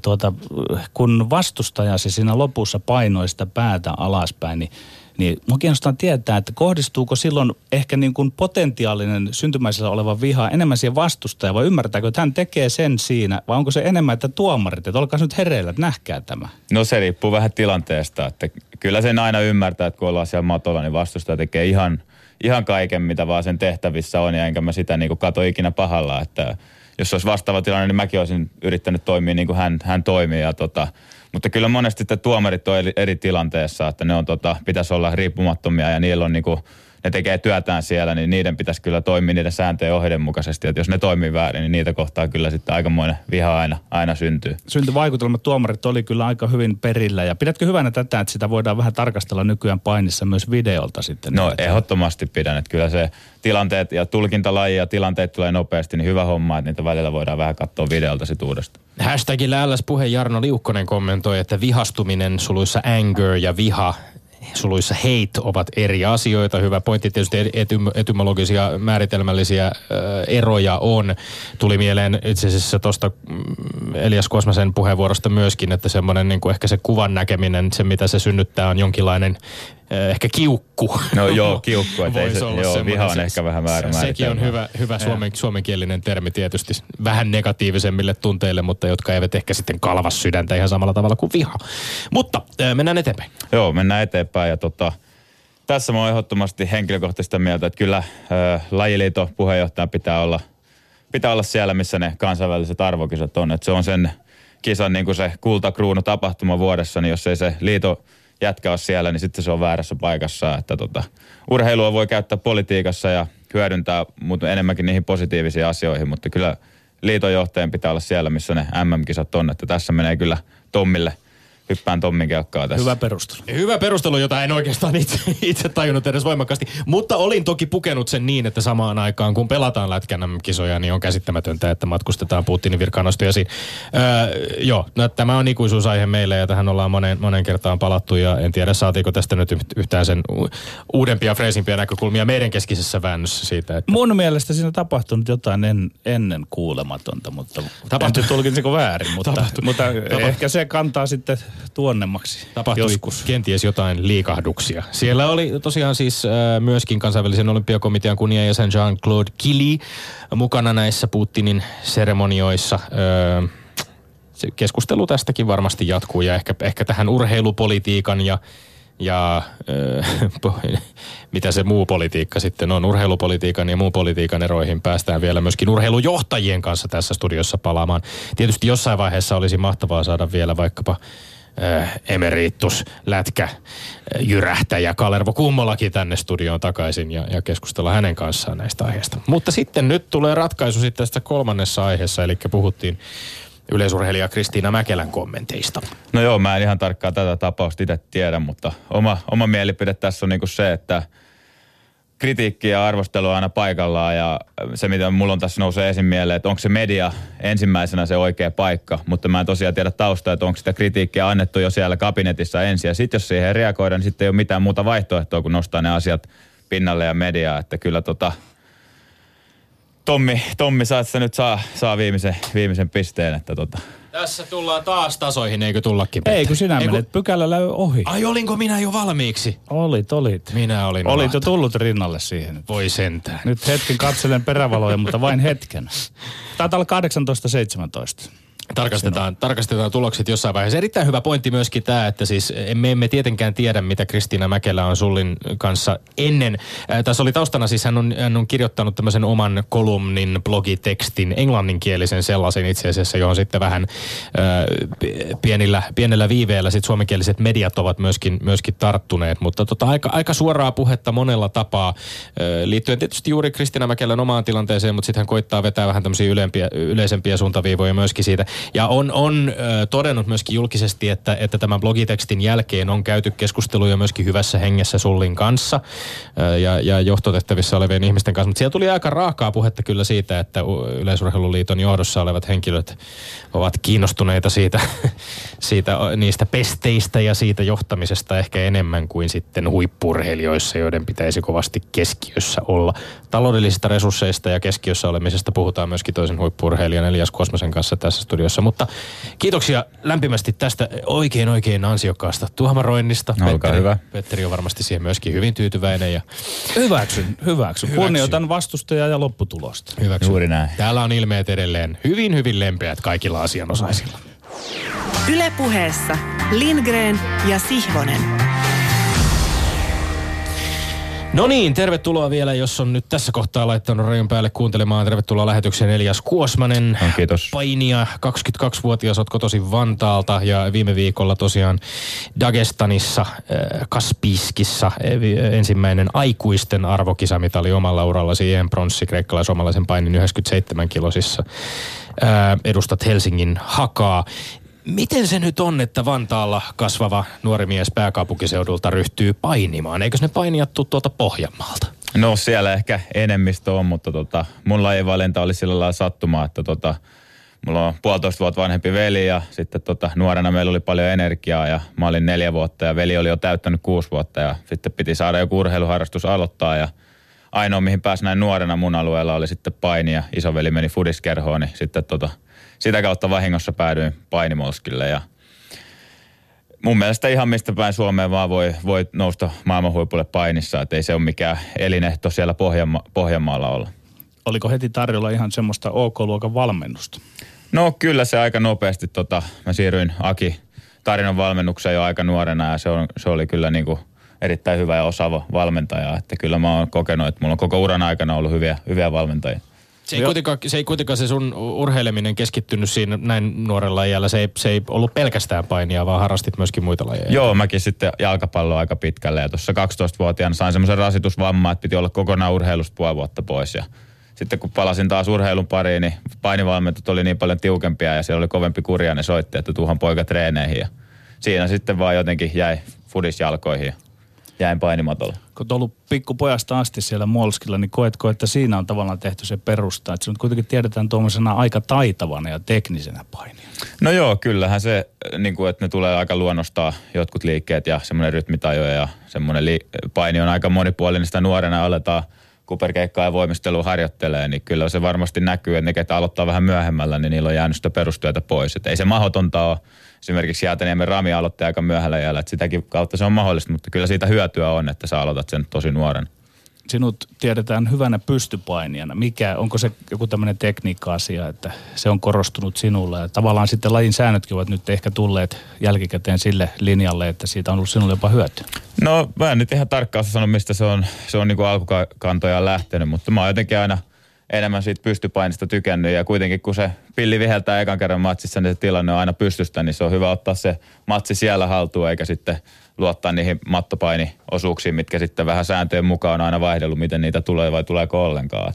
kun vastustajasi siinä lopussa painoi sitä päätä alaspäin, niin minua kiinnostaa tietää, että kohdistuuko silloin ehkä niin kuin potentiaalinen syntymäisellä oleva viha enemmän siihen vastustajaan, vai ymmärtääkö, että hän tekee sen siinä, vai onko se enemmän, että tuomarit, että olkaa nyt hereillä, että nähkää tämä? No se riippuu vähän tilanteesta, että kyllä sen aina ymmärtää, että kun ollaan siellä matolla, niin vastustaja tekee ihan kaiken, mitä vaan sen tehtävissä on, ja enkä mä sitä niin kuin kato ikinä pahalla, että jos olisi vastaava tilanne, niin mäkin olisin yrittänyt toimia niin kuin hän toimii, mutta kyllä monesti että tuomarit on eri tilanteessa, että ne on pitäisi olla riippumattomia ja niillä on niinku, ne tekee työtään siellä, niin niiden pitäisi kyllä toimia niiden sääntöjen ohjeiden mukaisesti. Että jos ne toimii väärin, niin niitä kohtaa kyllä sitten aikamoinen viha aina syntyy. Syntyvaikutelma tuomarit oli kyllä aika hyvin perillä. Ja pidätkö hyvänä tätä, että sitä voidaan vähän tarkastella nykyään painissa myös videolta sitten? No ehdottomasti pidän, että kyllä se tilanteet ja tulkintalaji ja tilanteet tulee nopeasti, niin hyvä homma, että niitä välillä voidaan vähän katsoa videolta sitten uudestaan. Hashtagillä LS-puhe Jarno Liukkonen kommentoi, että vihastuminen suluissa anger ja viha suluissa hate ovat eri asioita. Hyvä pointti, tietysti etymologisia määritelmällisiä eroja on. Tuli mieleen itse asiassa tuosta Elias Kuosmasen puheenvuorosta myöskin, että semmoinen niin kuin ehkä se kuvan näkeminen, se mitä se synnyttää on jonkinlainen ehkä kiukku. No joo, kiukku. Viha on ehkä vähän väärä sekin on hyvä suomenkielinen termi tietysti vähän negatiivisemmille tunteille, mutta jotka eivät ehkä sitten kalva sydäntä ihan samalla tavalla kuin viha. Mutta mennään eteenpäin. Joo, mennään eteenpäin ja tässä mä oon ehdottomasti henkilökohtaisesti mieltä, että kyllä lajiliiton puheenjohtajan pitää olla siellä, missä ne kansainväliset arvokisat on. Että se on sen kisan niin kuin se kultakruunu tapahtuma vuodessa, niin jos ei se liiton jätkä ole siellä, niin sitten se on väärässä paikassa. Että urheilua voi käyttää politiikassa ja hyödyntää mutta enemmänkin niihin positiivisiin asioihin, mutta kyllä liitonjohtajan pitää olla siellä, missä ne MM-kisat on. Että tässä menee kyllä Tommille. Hyppään Tommin kelkkaa tässä. Hyvä perustelu, jota en oikeastaan itse tajunnut edes voimakkaasti. Mutta olin toki pukenut sen niin, että samaan aikaan kun pelataan lätkän kisoja, niin on käsittämätöntä, että matkustetaan Putinin virkaanostujasiin. Joo, no, tämä on ikuisuusaihe meille ja tähän ollaan monen kertaan palattu ja en tiedä saatiinko tästä nyt yhtään sen uudempia, freesimpiä näkökulmia meidän keskisessä väännössä siitä. Että mun mielestä siinä on tapahtunut jotain ennen kuulematonta, mutta en tulkinsiko väärin, mutta ehkä se kantaa sitten tuonnemmaksi. Tapahtui joskus kenties jotain liikahduksia. Siellä oli tosiaan siis myöskin kansainvälisen olympiakomitean kunnianjäsen Jean-Claude Killy mukana näissä Putinin seremonioissa. Se keskustelu tästäkin varmasti jatkuu ja ehkä tähän urheilupolitiikan ja mitä se muu politiikka sitten on. Urheilupolitiikan ja muun politiikan eroihin päästään vielä myöskin urheilujohtajien kanssa tässä studiossa palaamaan. Tietysti jossain vaiheessa olisi mahtavaa saada vielä vaikkapa emeritus, lätkä, jyrähtäjä Kalervo Kummolakin tänne studioon takaisin ja keskustella hänen kanssaan näistä aiheista. Mutta sitten nyt tulee ratkaisu sitten tästä kolmannessa aiheessa, eli puhuttiin yleisurheilija Kristiina Mäkelän kommenteista. No joo, mä en ihan tarkkaan tätä tapausta itse tiedä, mutta oma mielipide tässä on niinku se, että kritiikki ja arvostelu on aina paikallaan ja se, mitä mulla on tässä nousee esiin mieleen, että onko se media ensimmäisenä se oikea paikka, mutta mä en tosiaan tiedä taustaa, että onko sitä kritiikkiä annettu jo siellä kabinetissa ensin ja sitten jos siihen reagoidaan, niin sitten ei ole mitään muuta vaihtoehtoa, kun nostaa ne asiat pinnalle ja mediaa, että kyllä Tommi saa viimeisen pisteen, että Tässä tullaan taas tasoihin, eikö tullakin? Ei, kun sinä menet pykälällä ohi. Ai, olinko minä jo valmiiksi? Olit. Minä olin. Olit jo tullut rinnalle siihen. Voi sentään. Nyt hetken katselen perävaloja, mutta vain hetken. Taitaa olla 18-17. Tarkastetaan tulokset jossain vaiheessa. Erittäin hyvä pointti myöskin tämä, että siis me emme tietenkään tiedä, mitä Kristiina Mäkelä on Sullin kanssa ennen. Tässä oli taustana siis, hän on kirjoittanut tämmöisen oman kolumnin, blogitekstin, englanninkielisen sellaisen itse asiassa, johon sitten vähän pienellä viiveellä sitten suomenkieliset mediat ovat myöskin tarttuneet. Mutta aika suoraa puhetta monella tapaa, liittyen tietysti juuri Kristiina Mäkelän omaan tilanteeseen, mutta sitten hän koittaa vetää vähän tämmöisiä yleisempiä suuntaviivoja myöskin siitä. Ja on todennut myöskin julkisesti, että tämän blogitekstin jälkeen on käyty keskusteluja myöskin hyvässä hengessä Sullin kanssa ja johtotehtävissä olevien ihmisten kanssa. Mutta siellä tuli aika raakaa puhetta kyllä siitä, että Yleisurheiluliiton johdossa olevat henkilöt ovat kiinnostuneita niistä pesteistä ja siitä johtamisesta ehkä enemmän kuin sitten huippu-urheilijoissa, joiden pitäisi kovasti keskiössä olla. Taloudellisista resursseista ja keskiössä olemisesta puhutaan myöskin toisen huippu-urheilijan Elias Kuosmasen kanssa tässä studiossa. Mutta kiitoksia lämpimästi tästä oikein ansiokkaasta tuomaroinnista. Olkaa hyvä. Petteri on varmasti siihen myöskin hyvin tyytyväinen. Ja Hyväksyn. Kunnioitan vastustajaa ja lopputulosta. Hyväksyn. Juuri näin. Täällä on ilmeet edelleen hyvin lempeät kaikilla asianosaisilla. Yle Puheessa Lindgren ja Sihvonen. No niin, tervetuloa vielä, jos on nyt tässä kohtaa laittanut rajon päälle kuuntelemaan. Tervetuloa lähetykseen Elias Kuosmanen. Kiitos. Painija, 22-vuotias, oot kotoisin Vantaalta ja viime viikolla tosiaan Dagestanissa, Kaspiskissa ensimmäinen aikuisten arvokisamitali omalla urallasi EM-pronssi kreikkalais-omalaisen painin 97-kilosissa. Edustat Helsingin Hakaa. Miten se nyt on, että Vantaalla kasvava nuori mies pääkaupunkiseudulta ryhtyy painimaan? Eikös ne painijat tule tuolta Pohjanmaalta? No siellä ehkä enemmistö on, mutta mun lajivalinta oli sillä lailla sattumaa, että mulla on 1,5 vuotta vanhempi veli ja sitten nuorena meillä oli paljon energiaa ja mä olin 4 vuotta ja veli oli jo täyttänyt 6 vuotta ja sitten piti saada joku urheiluharrastus aloittaa ja ainoa mihin pääsi näin nuorena mun alueella oli sitten paini ja isoveli meni fudiskerhoon, niin sitten sitä kautta vahingossa päädyin painimolskille ja mun mielestä ihan mistä päin Suomeen vaan voi nousta maailman huipulle painissa, että ei se ole mikään elinehto siellä Pohjanmaalla olla. Oliko heti tarjolla ihan semmoista OK-luokan valmennusta? No kyllä se aika nopeasti, mä siirryin Aki Tarinon valmennukseen jo aika nuorena ja se oli kyllä niin kuin erittäin hyvä ja osaava valmentaja, että kyllä mä oon kokenut, että mulla on koko uran aikana ollut hyviä valmentajia. Se ei kuitenkaan se sun urheileminen keskittynyt siinä näin nuorella iällä. Se ei ollut pelkästään painia, vaan harrastit myöskin muita lajeja. Joo, mäkin sitten jalkapalloa aika pitkälle. Ja tuossa 12-vuotiaana sain semmoisen rasitusvamman, että piti olla kokonaan urheilusta 5 vuotta pois. Ja sitten kun palasin taas urheilun pariin, niin painivalmentot oli niin paljon tiukempia ja siellä oli kovempi kurja ja ne soitti, että tuuhan poika treeneihin. Ja siinä sitten vaan jotenkin jäi fudis jalkoihin ja jäin painimatolle. Kun olet ollut pikkupojasta asti siellä Molskilla, niin koetko, että siinä on tavallaan tehty se perusta, että sinut kuitenkin tiedetään tuollaisena aika taitavana ja teknisenä painijana? No joo, kyllähän se, niin kuin, että ne tulee aika luonnostaan jotkut liikkeet ja semmoinen rytmitajo ja semmoinen paini on aika monipuolinen. Sitä nuorena aletaan kuperkeikkaa ja voimistelua harjoittelee, niin kyllä se varmasti näkyy, että ne, ketä aloittaa vähän myöhemmällä, niin niillä on jäänyt sitä perustyötä pois. Että ei se mahdotonta ole. Esimerkiksi Jäätäniemen Rami aloitti aika myöhällä jäällä, että sitäkin kautta se on mahdollista, mutta kyllä siitä hyötyä on, että sä aloitat sen tosi nuoren. Sinut tiedetään hyvänä pystypainijana. Onko se joku tämmöinen tekniikka-asia, että se on korostunut sinulle? Ja tavallaan sitten lajin säännötkin ovat nyt ehkä tulleet jälkikäteen sille linjalle, että siitä on ollut sinulle jopa hyötyä. No mä en nyt ihan tarkkaan sano, mistä se on niin kuin alkukantojaan lähtenyt, mutta mä oon jotenkin aina enemmän siitä pystypainista tykännyt ja kuitenkin kun se pilli viheltää ekan kerran matsissa, niin se tilanne on aina pystystä, niin se on hyvä ottaa se matsi siellä haltuun eikä sitten luottaa niihin mattopainiosuuksiin, mitkä sitten vähän sääntöjen mukaan on aina vaihdellut, miten niitä tulee vai tuleeko ollenkaan.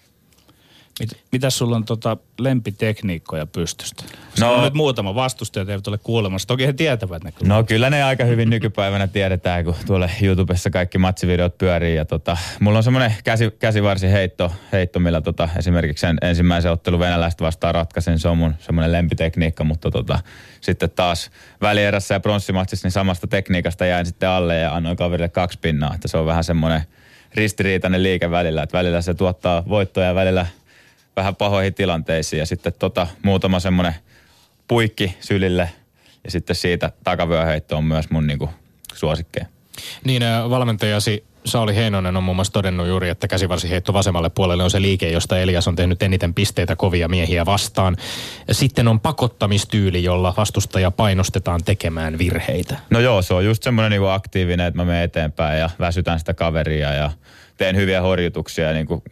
Mitäs sulla on lempitekniikkoja pystystä? No on nyt muutama vastustajat eivät ole kuulemassa. Toki he tietävät ne. No kyllä ne aika hyvin nykypäivänä tiedetään, kun tuolle YouTubessa kaikki matsivideot pyörii. Ja mulla on semmoinen käsivarsiheitto, millä esimerkiksi sen ensimmäisen ottelun venäläistä vastaan ratkaisin. Se on mun semmoinen lempitekniikka, mutta sitten taas välierässä ja pronssimatsissa niin samasta tekniikasta jäin sitten alle ja annoin kaverille 2 pinnaa. Että se on vähän semmoinen ristiriitainen liike välillä, että välillä se tuottaa voittoja ja välillä vähän pahoihin tilanteisiin ja sitten muutama semmoinen puikki sylille ja sitten siitä takavyöheitto on myös mun niinku suosikkeja. Niin, valmentajasi Sauli Heinonen on muun muassa todennut juuri, että käsivarsiheitto vasemmalle puolelle on se liike, josta Elias on tehnyt eniten pisteitä kovia miehiä vastaan. Ja sitten on pakottamistyyli, jolla vastustaja painostetaan tekemään virheitä. No joo, se on just semmoinen niinku aktiivinen, että mä menen eteenpäin ja väsytän sitä kaveria ja teen hyviä horjutuksia ja niinku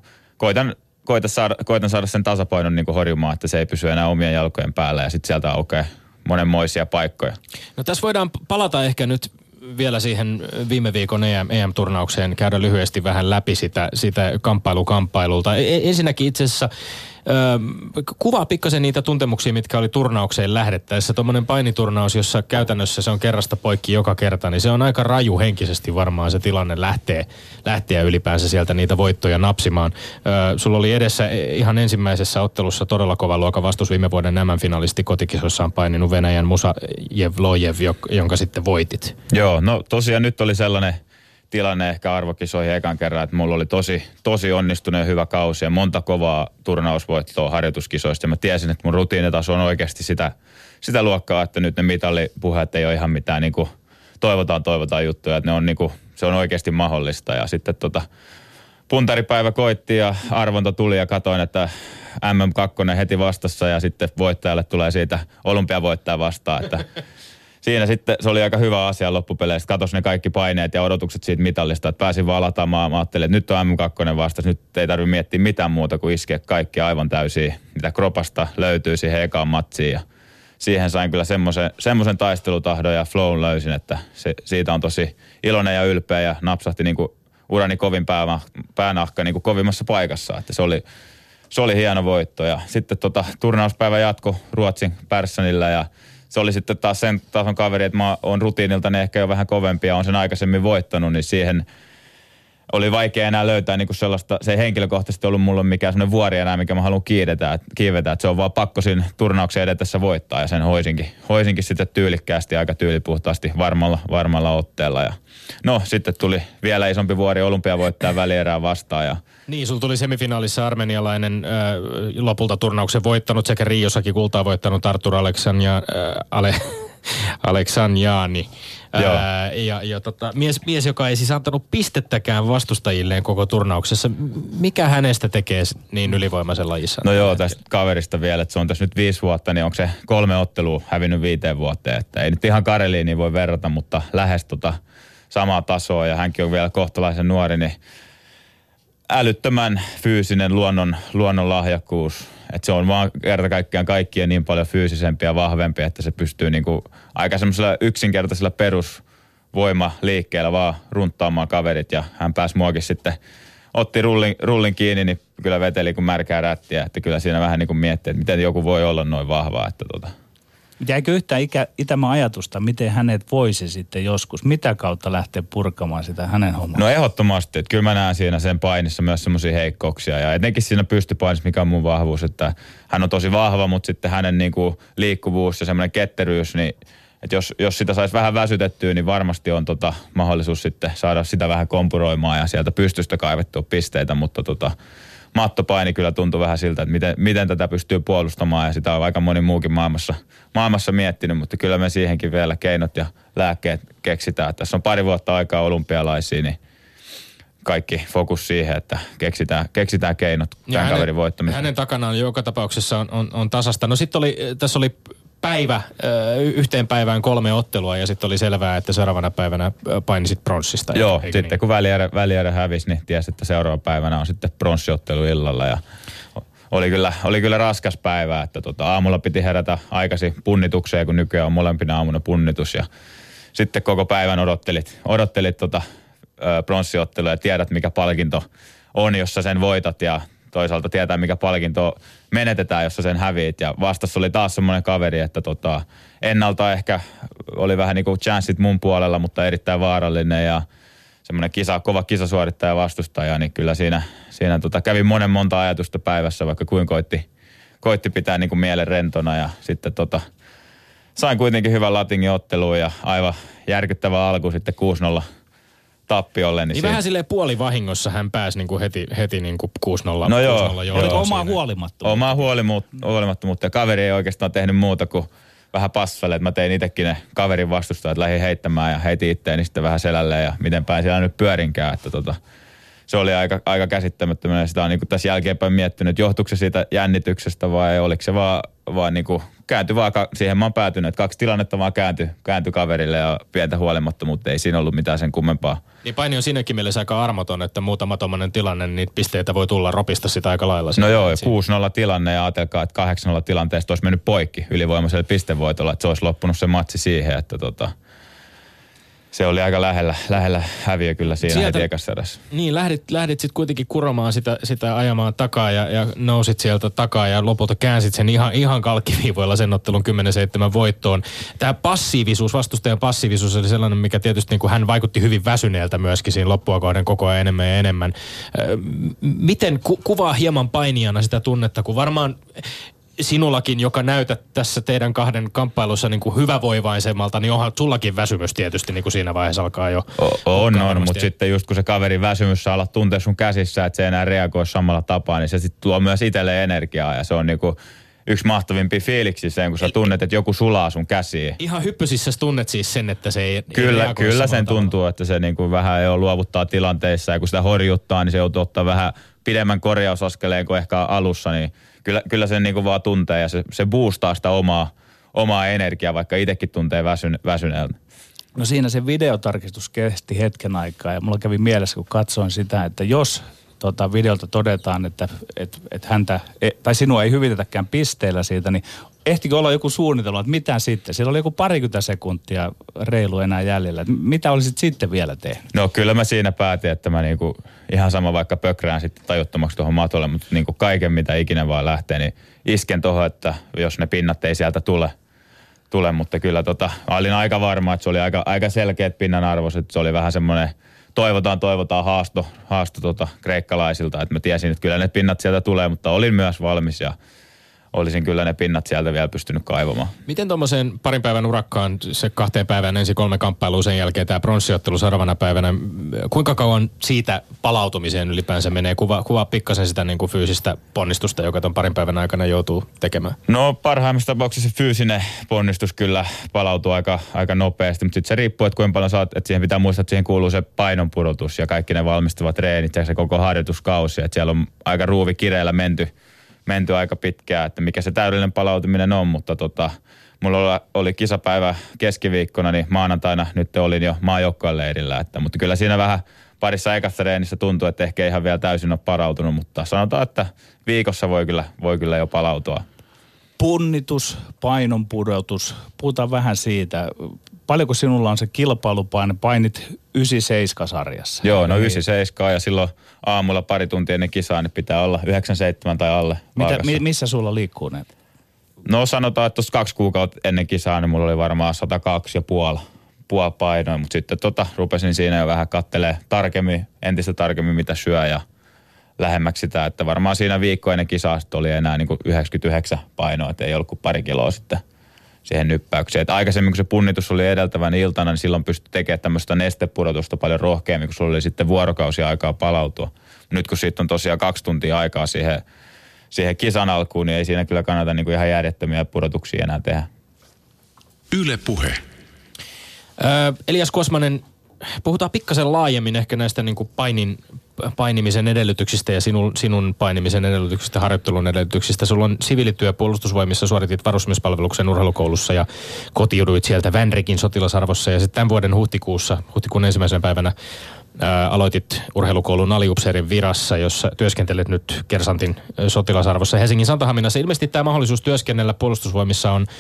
koitan saada sen tasapainon niin kuin horjumaan, että se ei pysy enää omien jalkojen päällä ja sitten sieltä aukeaa monenmoisia paikkoja. No tässä voidaan palata ehkä nyt vielä siihen viime viikon EM-turnaukseen, käydä lyhyesti vähän läpi sitä kamppailulta. Ensinnäkin itse asiassa Kuvaa pikkasen niitä tuntemuksia, mitkä oli turnaukseen lähdettäessä. Tuommoinen painiturnaus, jossa käytännössä se on kerrasta poikki joka kerta, niin se on aika raju henkisesti varmaan se tilanne lähteä ylipäänsä sieltä niitä voittoja napsimaan. Sulla oli edessä ihan ensimmäisessä ottelussa todella kova luokan vastus viime vuoden MM-finalisti kotikisoissaan paininut Venäjän Musa Jevlojev, jonka sitten voitit. Joo, no tosiaan nyt oli sellainen tilanne ehkä arvokisoihin ekan kerran, että mulla oli tosi onnistuneen hyvä kausi ja monta kovaa turnausvoittoa harjoituskisoista. Ja mä tiesin, että mun rutiinitaso on oikeasti sitä luokkaa, että nyt ne mitalipuheet ei ole ihan mitään niin kuin toivotaan juttuja, että ne on niin kuin, se on oikeasti mahdollista. Ja sitten puntaripäivä koitti ja arvonta tuli ja katoin, että MM2 heti vastassa ja sitten voittajalle tulee siitä olympiavoittaja vastaan, että siinä sitten se oli aika hyvä asia loppupeleissä. Katos ne kaikki paineet ja odotukset siitä mitallista, että pääsin vaan lataamaan. Mä ajattelin, että nyt on M2 vastas. Nyt ei tarvitse miettiä mitään muuta kuin iskeä kaikki aivan täysiä, mitä kropasta löytyy siihen ekaan matsiin. Ja siihen sain kyllä semmoisen taistelutahdon ja flown löysin, että siitä on tosi iloinen ja ylpeä ja napsahti niin kuin urani kovin päänahka niin kuin kovimmassa paikassa. Että se oli hieno voitto. Ja sitten turnauspäivä jatkoi Ruotsin Perssanilla ja se oli sitten taas sen tason kaveri, että mä oon rutiinilta ne ehkä jo vähän kovempia, on sen aikaisemmin voittanut, niin siihen oli vaikea enää löytää niin kuin sellaista, se ei henkilökohtaisesti ollut mulla mikään sellainen vuori enää, mikä mä haluan kiivetä, että se on vaan pakko siinä turnauksen edetessä voittaa ja sen hoisinkin sitten tyylikkäästi, aika tyylipuhtaasti varmalla otteella ja no sitten tuli vielä isompi vuori olympiavoittaja välierää vastaan ja niin, sulla tuli semifinaalissa armenialainen lopulta turnauksen voittanut sekä Riossakin kultaa voittanut Artur Aleksanjani. Mies, joka ei siis antanut pistettäkään vastustajilleen koko turnauksessa. Mikä hänestä tekee niin ylivoimaisen lajissa? No joo, tästä kaverista vielä, että se on tässä nyt 5 vuotta, niin onko se 3 ottelua hävinnyt 5 vuoteen. Että ei nyt ihan Kareliiniin voi verrata, mutta lähes samaa tasoa ja hänkin on vielä kohtalaisen nuori, niin älyttömän fyysinen luonnon lahjakkuus. Että se on vaan kerta kaikkiaan kaikkien niin paljon fyysisempiä ja vahvempia, että se pystyy niinku aika semmoisella yksinkertaisella perusvoimaliikkeellä vaan runttaamaan kaverit. Ja hän pääsi muakin sitten, otti rullin kiinni, niin kyllä veteli kuin märkää rättiä. Että kyllä siinä vähän niin kuin miettii, että miten joku voi olla noin vahvaa. Että Jäikö yhtään itämä ajatusta, miten hänet voisi sitten joskus, mitä kautta lähteä purkamaan sitä hänen hommaa? No ehdottomasti, että kyllä mä näen siinä sen painissa myös semmoisia heikkouksia ja etenkin siinä pystypainissa, mikä on mun vahvuus, että hän on tosi vahva, mutta sitten hänen niinku liikkuvuus ja semmoinen ketteryys, niin että jos sitä saisi vähän väsytettyä, niin varmasti on mahdollisuus sitten saada sitä vähän kompuroimaan ja sieltä pystystä kaivettua pisteitä, mutta mattopaini kyllä tuntui vähän siltä, että miten tätä pystyy puolustamaan ja sitä on aika moni muukin maailmassa miettinyt, mutta kyllä me siihenkin vielä keinot ja lääkkeet keksitään. Tässä on 2 vuotta aikaa olympialaisiin, niin kaikki fokus siihen, että keksitään keinot tämän kaverin voittamiseen. Hänen takanaan joka tapauksessa on tasasta. No sitten tässä oli yhteen päivään 3 ottelua ja sitten oli selvää, että seuraavana päivänä painisit pronssista. Joo, sitten niin? Kun välierä hävisi, niin tiesi, että seuraavana päivänä on sitten pronssiottelu illalla ja oli kyllä raskas päivä, että aamulla piti herätä aikaisin punnitukseen, kun nykyään on molempina aamuna punnitus ja sitten koko päivän odottelit pronssiottelua ja tiedät, mikä palkinto on, jos sä sen voitat ja toisaalta tietää, mikä palkinto menetetään, jos sä sen häviit. Ja vastassa oli taas semmoinen kaveri, että ennalta ehkä oli vähän niin kuin chanssit mun puolella, mutta erittäin vaarallinen ja semmoinen kova kisasuorittaja vastustaja, niin kyllä siinä kävi monta ajatusta päivässä, vaikka kuin koitti pitää niin kuin mielen rentona ja sitten sain kuitenkin hyvän latingin otteluun ja aivan järkyttävä alku sitten 6-0 tappiolle. Niin vähän silleen puolivahingossa hän pääsi niinku heti niinku 6-0. No joo. Oliko omaa huolimattomuutta? Omaa huolimattomuutta ja kaveri ei oikeastaan tehnyt muuta kuin vähän passalle, että mä tein itsekin ne kaverin vastustajat, lähdin heittämään ja heitin itteeni sitten vähän selälleen ja miten päin siellä nyt pyörinkään, että se oli aika käsittämättömän. Sitä on niin kuin tässä jälkeenpäin miettinyt, että johtuiko se siitä jännityksestä vai oliko se vaan niin kuin kääntyi vaan, siihen mä oon päätynyt, että 2 tilannetta vaan kääntyi kaverille ja pientä huolimattomuutta, ei siinä ollut mitään sen kummempaa. Niin paini on siinäkin mielessä aika armoton, että muutama tommonen tilanne, niin niitä pisteitä voi tulla ropista sitä aika lailla. No joo, 6-0 tilanne ja ajatelkaa, että 8-0 tilanteesta olisi mennyt poikki ylivoimaiselle pistevoitolla, että se olisi loppunut se matsi siihen, että se oli aika lähellä häviö kyllä siinä heti ekassa erässä. Niin, lähdit sitten kuitenkin kuromaan sitä ajamaan takaa ja nousit sieltä takaa ja lopulta käänsit sen ihan kalkkiviivoilla sen ottelun 10-7 voittoon. Tämä passiivisuus, vastustajan passiivisuus oli sellainen, mikä tietysti niin kuin hän vaikutti hyvin väsyneeltä myöskin siinä loppua kohden koko ajan enemmän ja enemmän. Miten kuvaa hieman painijana sitä tunnetta, kun varmaan sinullakin, joka näytät tässä teidän kahden kamppailussa niin kuin hyvävoivaisemmalta, niin onhan sullakin väsymys tietysti niin kuin siinä vaiheessa alkaa jo. On, mutta sitten just kun se kaverin väsymys saa olla tuntea sun käsissä, että se ei enää reagoi samalla tapaa, niin se sitten tuo myös itselle energiaa ja se on niinku yksi mahtavimpia fiiliksi sen, kun sä tunnet, että joku sulaa sun käsiin. Ihan hyppysissä tunnet siis sen, että se ei Kyllä sen tuntuu, että se niinku vähän jo luovuttaa tilanteissa ja kun sitä horjuttaa, niin se joutuu ottaa vähän pidemmän korjausaskeleen kuin ehkä alussa, niin kyllä sen niinku vaan tuntee ja se boostaa sitä omaa energiaa, vaikka itsekin tuntee väsyneeltä. No siinä se videotarkistus kesti hetken aikaa ja mulla kävi mielessä, kun katsoin sitä, että jos videolta todetaan, että häntä, tai sinua ei hyvitetäkään pisteillä siitä, niin ehtikö olla joku suunnitelma, että mitä sitten? Siellä oli joku 20 sekuntia reilu enää jäljellä. Mitä olisit sitten vielä tehnyt? No kyllä mä siinä päätin, että mä niinku ihan sama vaikka pökrään sitten tajuttomaksi tuohon matolle, mutta niinku kaiken mitä ikinä vaan lähtee, niin isken tuohon, että jos ne pinnat ei sieltä tule, mutta kyllä olin aika varma, että se oli aika selkeät pinnan arvoiset, se oli vähän semmoinen toivotaan haasto kreikkalaisilta, että mä tiesin, että kyllä ne pinnat sieltä tulee, mutta olin myös valmis ja olisin kyllä ne pinnat sieltä vielä pystynyt kaivamaan. Miten tuommoiseen parin päivän urakkaan, se 2 päivän ensin 3 kamppailua sen jälkeen tämä pronssiottelu seuraavana päivänä, kuinka kauan siitä palautumiseen ylipäänsä menee? Kuvaa pikkasen sitä niin kuin fyysistä ponnistusta, joka ton parin päivän aikana joutuu tekemään. No parhaimmassa tapauksessa fyysinen ponnistus kyllä palautuu aika nopeasti, mutta sitten se riippuu, että kuinka paljon saat, että siihen pitää muistaa, että siihen kuuluu se painonpudotus ja kaikki ne valmistavat treenit ja se koko harjoituskausi, että siellä on aika ruuvikireellä menty aika pitkään, että mikä se täydellinen palautuminen on, mutta mulla oli kisapäivä keskiviikkona, niin maanantaina nyt olin jo maajoukkueen leirillä, mutta kyllä siinä vähän parissa ekassa treenissä tuntuu, että ehkä ihan vielä täysin ole parautunut, mutta sanotaan, että viikossa voi kyllä jo palautua. Punnitus, painonpudotus, puhutaan vähän siitä. Paljonko sinulla on se kilpailupaine? Painit 97-sarjassa. Joo, no 97 ja silloin aamulla pari tuntia ennen kisaa, niin pitää olla 97 tai alle. Missä sulla liikkuu ne? No sanotaan, että tuossa 2 kuukautta ennen kisaa, niin mulla oli varmaan 102,5 painoa, mutta sitten rupesin siinä jo vähän katselemaan entistä tarkemmin mitä syö ja lähemmäksi sitä, että varmaan siinä viikko ennen kisaa oli enää niin kuin 99 painoa, että ei ollut kuin pari kiloa sitten siihen nyppäykseen. Että aikaisemmin, kun se punnitus oli edeltävän iltana, niin silloin pystyi tekemään tämmöistä nestepudotusta paljon rohkeammin, kun sulla oli sitten vuorokausia aikaa palautua. Nyt kun siitä on tosiaan 2 tuntia aikaa siihen kisan alkuun, niin ei siinä kyllä kannata niin kuin ihan järjettömiä pudotuksia enää tehdä. Yle Puhe. Elias Kuosmanen, puhutaan pikkasen laajemmin ehkä näistä niin kuin painimisen edellytyksistä ja sinun painimisen edellytyksistä, harjoittelun edellytyksistä. Sulla on siviilityö Puolustusvoimissa, suoritit varusmiespalveluksen urheilukoulussa ja kotiuduit sieltä Vänrikin sotilasarvossa. Ja sitten tämän vuoden huhtikuun 1. päivänä aloitit urheilukoulun aliupseerin virassa, jossa työskentelet nyt kersantin sotilasarvossa Helsingin Santahaminassa. Ilmeisesti tämä mahdollisuus työskennellä Puolustusvoimissa on,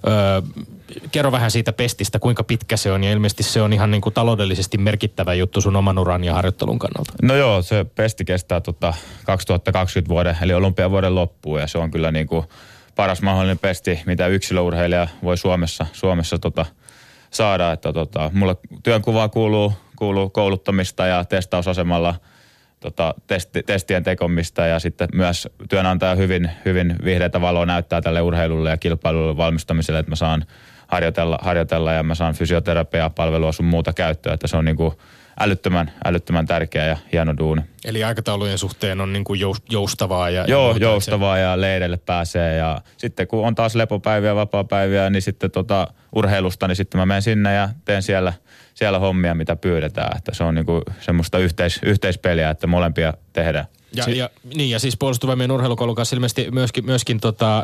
kerro vähän siitä pestistä, kuinka pitkä se on ja ilmeisesti se on ihan niin kuin taloudellisesti merkittävä juttu sun oman uran ja harjoittelun kannalta. No joo, se pesti kestää 2020 vuoden eli olympiavuoden loppuun ja se on kyllä niin kuin paras mahdollinen pesti, mitä yksilöurheilija voi Suomessa saada, että mulle työnkuvaa kuuluu kouluttamista ja testausasemalla testien tekomista ja sitten myös työnantaja hyvin vihreätä valoa näyttää tälle urheilulle ja kilpailulle valmistamiselle, että mä saan harjoitella ja mä saan fysioterapiapalvelua sun muuta käyttöä, että se on niinku älyttömän tärkeä ja hieno duuni. Eli aikataulujen suhteen on niinku joustavaa ja... Joo, joustavaa ja leireille pääsee ja sitten kun on taas lepopäiviä, vapaapäiviä, niin sitten urheilusta, niin sitten mä menen sinne ja teen siellä hommia, mitä pyydetään. Että se on niinku semmoista yhteispeliä, että molempia tehdään. Ja siis Puolustusvoimien urheilukoulun kanssa ilmeisesti myöskin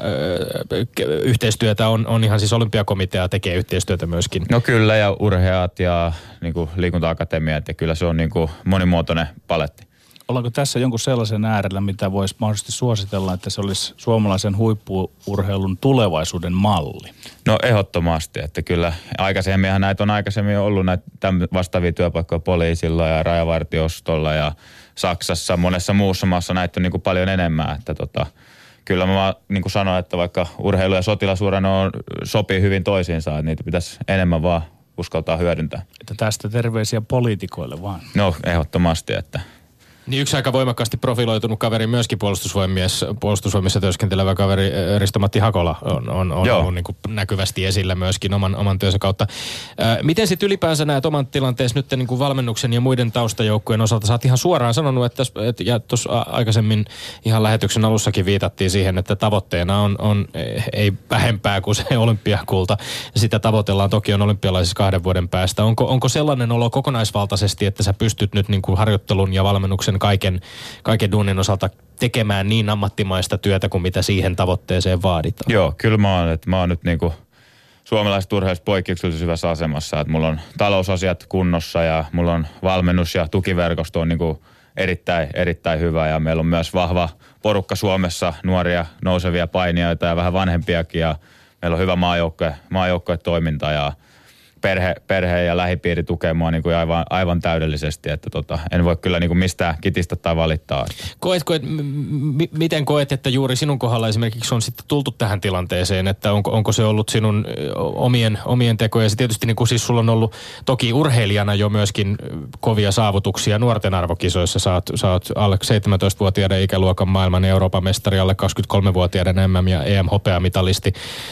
yhteistyötä on ihan siis Olympiakomitea tekee yhteistyötä myöskin. No kyllä ja urheat ja niinku liikunta-akatemiat ja kyllä se on niinku monimuotoinen paletti. ollaanko tässä jonkun sellaisen äärellä, mitä voisi mahdollisesti suositella, että se olisi suomalaisen huippu-urheilun tulevaisuuden malli? No ehdottomasti, että kyllä aikaisemminhan näitä on aikaisemmin ollut näitä vastaavia työpaikkoja poliisilla ja rajavartiostolla ja Saksassa, monessa muussa maassa näitä on niin kuin paljon enemmän, että kyllä mä niin kuin sanoin, että vaikka urheilu ja sotilasura sopii hyvin toisiinsa, että niitä pitäisi enemmän vaan uskaltaa hyödyntää. Että tästä terveisiä poliitikoille vaan. No ehdottomasti, että... Niin yksi aika voimakkaasti profiloitunut kaveri myöskin puolustusvoimissa työskentelevä kaveri Risto-Matti Hakola on ollut niin kuin näkyvästi esillä myöskin oman työnsä kautta. Miten sitten ylipäänsä näet oman tilanteessa nyt niin kuin valmennuksen ja muiden taustajoukkueen osalta? Sä oot ihan suoraan sanonut, ja tuossa aikaisemmin ihan lähetyksen alussakin viitattiin siihen, että tavoitteena on ei vähempää kuin se olympiakulta. Sitä tavoitellaan Tokion olympialaisissa 2 vuoden päästä. Onko sellainen olo kokonaisvaltaisesti, että sä pystyt nyt niin kuin harjoittelun ja valmennuksen kaiken duunin osalta tekemään niin ammattimaista työtä kuin mitä siihen tavoitteeseen vaaditaan? Joo, kyllä mä oon nyt niinku suomalaiset urheilussa poikkeuksellisen hyvässä asemassa, että mulla on talousasiat kunnossa ja mulla on valmennus ja tukiverkosto on niinku erittäin hyvä ja meillä on myös vahva porukka Suomessa, nuoria nousevia painijoita ja vähän vanhempiakin ja meillä on hyvä maajoukkuetoiminta ja perhe ja lähipiiri tukee mua niin kuin aivan täydellisesti, että en voi kyllä niin kuin mistään kitistä tai valittaa. Miten koet, että juuri sinun kohdalla esimerkiksi on sitten tultu tähän tilanteeseen, että onko se ollut sinun omien tekoja? Se tietysti niin kuin siis sulla on ollut toki urheilijana jo myöskin kovia saavutuksia nuorten arvokisoissa. Sä oot alle 17-vuotiaiden ikäluokan maailman Euroopan mestari, alle 23-vuotiaiden MM- ja EM-hopeamitalisti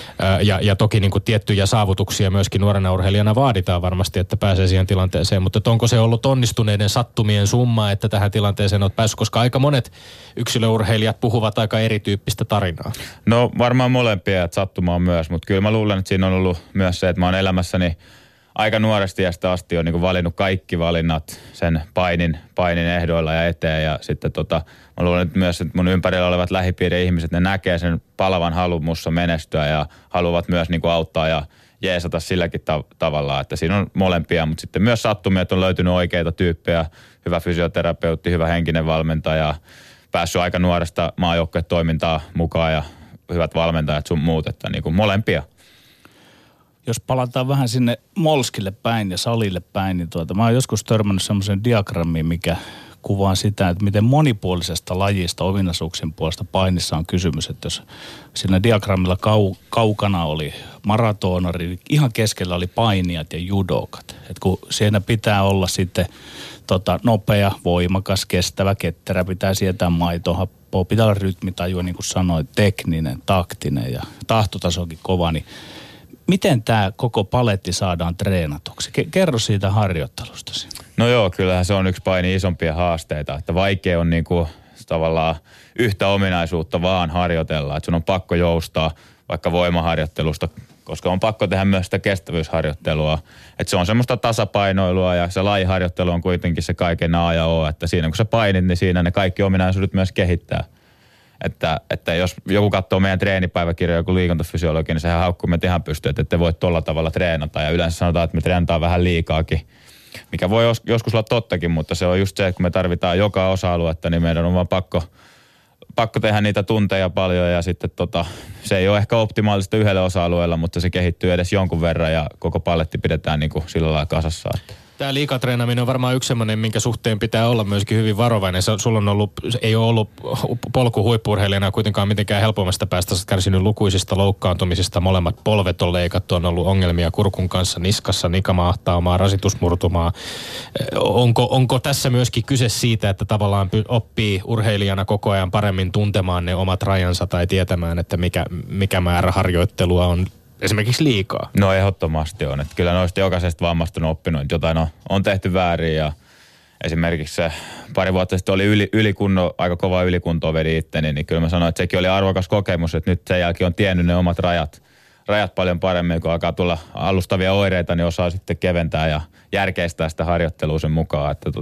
ja toki niin kuin tiettyjä saavutuksia myöskin nuorena urheilijana vaaditaan varmasti, että pääsee siihen tilanteeseen, mutta onko se ollut onnistuneiden sattumien summa, että tähän tilanteeseen olet päässyt, koska aika monet yksilöurheilijat puhuvat aika erityyppistä tarinaa? No varmaan molempia, että sattuma on myös, mutta kyllä mä luulen, että siinä on ollut myös se, että mä oon elämässäni aika nuoresti iästä asti on niin kuin valinnut kaikki valinnat sen painin ehdoilla ja eteen ja sitten mä luulen että myös, että mun ympärillä olevat lähipiirin ihmiset, ne näkee sen palavan halun mussa menestyä ja haluavat myös niin kuin auttaa ja jeesata silläkin tavalla, että siinä on molempia, mutta sitten myös sattumia, että on löytynyt oikeita tyyppejä, hyvä fysioterapeutti, hyvä henkinen valmentaja, päässyt aika nuoresta maajoukkuetoimintaa mukaan ja hyvät valmentajat sun muut, että niin kuin molempia. Jos palataan vähän sinne Molskille päin ja salille päin, niin mä oon joskus törmännyt semmoisen diagrammiin, mikä kuvaa sitä, että miten monipuolisesta lajista ominaisuuksien puolesta painissa on kysymys. Että jos siinä diagrammilla kaukana oli maratonari, ihan keskellä oli painijat ja judokat. Että kun siinä pitää olla sitten nopea, voimakas, kestävä, ketterä, pitää sietää maitohappoa, pitää olla rytmitajua, niin kuin sanoin, tekninen, taktinen ja tahtotasokin kova, niin miten tämä koko paletti saadaan treenatuksi? Kerro siitä harjoittelustasi. No joo, kyllähän se on yksi paini isompia haasteita, että vaikea on niinku tavallaan yhtä ominaisuutta vaan harjoitella, että sun on pakko joustaa vaikka voimaharjoittelusta, koska on pakko tehdä myös sitä kestävyysharjoittelua, että se on semmoista tasapainoilua ja se lajiharjoittelu on kuitenkin se kaiken A ja O, että siinä kun sä painit, niin siinä ne kaikki ominaisuudet myös kehittää. Että jos joku katsoo meidän treenipäiväkirjoja, joku liikuntafysiologi, niin sehän haukkuu me ihan pystyy, että ette voi tolla tavalla treenata. Ja yleensä sanotaan, että me treenataan vähän liikaakin, mikä voi joskus olla tottakin, mutta se on just se, että kun me tarvitaan joka osa-aluetta, niin meidän on vaan pakko tehdä niitä tunteja paljon ja sitten se ei ole ehkä optimaalista yhdelle osa-alueella, mutta se kehittyy edes jonkun verran ja koko paletti pidetään niin kuin sillä lailla kasassa. Tämä liikatreenaaminen on varmaan yksi semmoinen, minkä suhteen pitää olla myöskin hyvin varovainen. Sulla on ei ole ollut polku huippu-urheilijana kuitenkaan mitenkään helpommasta päästä. Sä kärsinyt lukuisista loukkaantumisista. Molemmat polvet on leikattu, on ollut ongelmia kurkun kanssa, niskassa, nikamahtaumaa, rasitusmurtumaa. Onko tässä myöskin kyse siitä, että tavallaan oppii urheilijana koko ajan paremmin tuntemaan ne omat rajansa tai tietämään, että mikä määrä harjoittelua on esimerkiksi liikaa? No ehdottomasti on. Että kyllä noista jokaisesta vammasta on oppinut, että jotain on tehty väärin ja esimerkiksi se pari vuotta sitten oli aika kova ylikuntoa vedi itteni, niin kyllä mä sanoin, että sekin oli arvokas kokemus, että nyt sen jälkeen on tiennyt ne omat rajat paljon paremmin, kun alkaa tulla alustavia oireita, niin osaa sitten keventää ja järkeistää sitä harjoittelua sen mukaan, että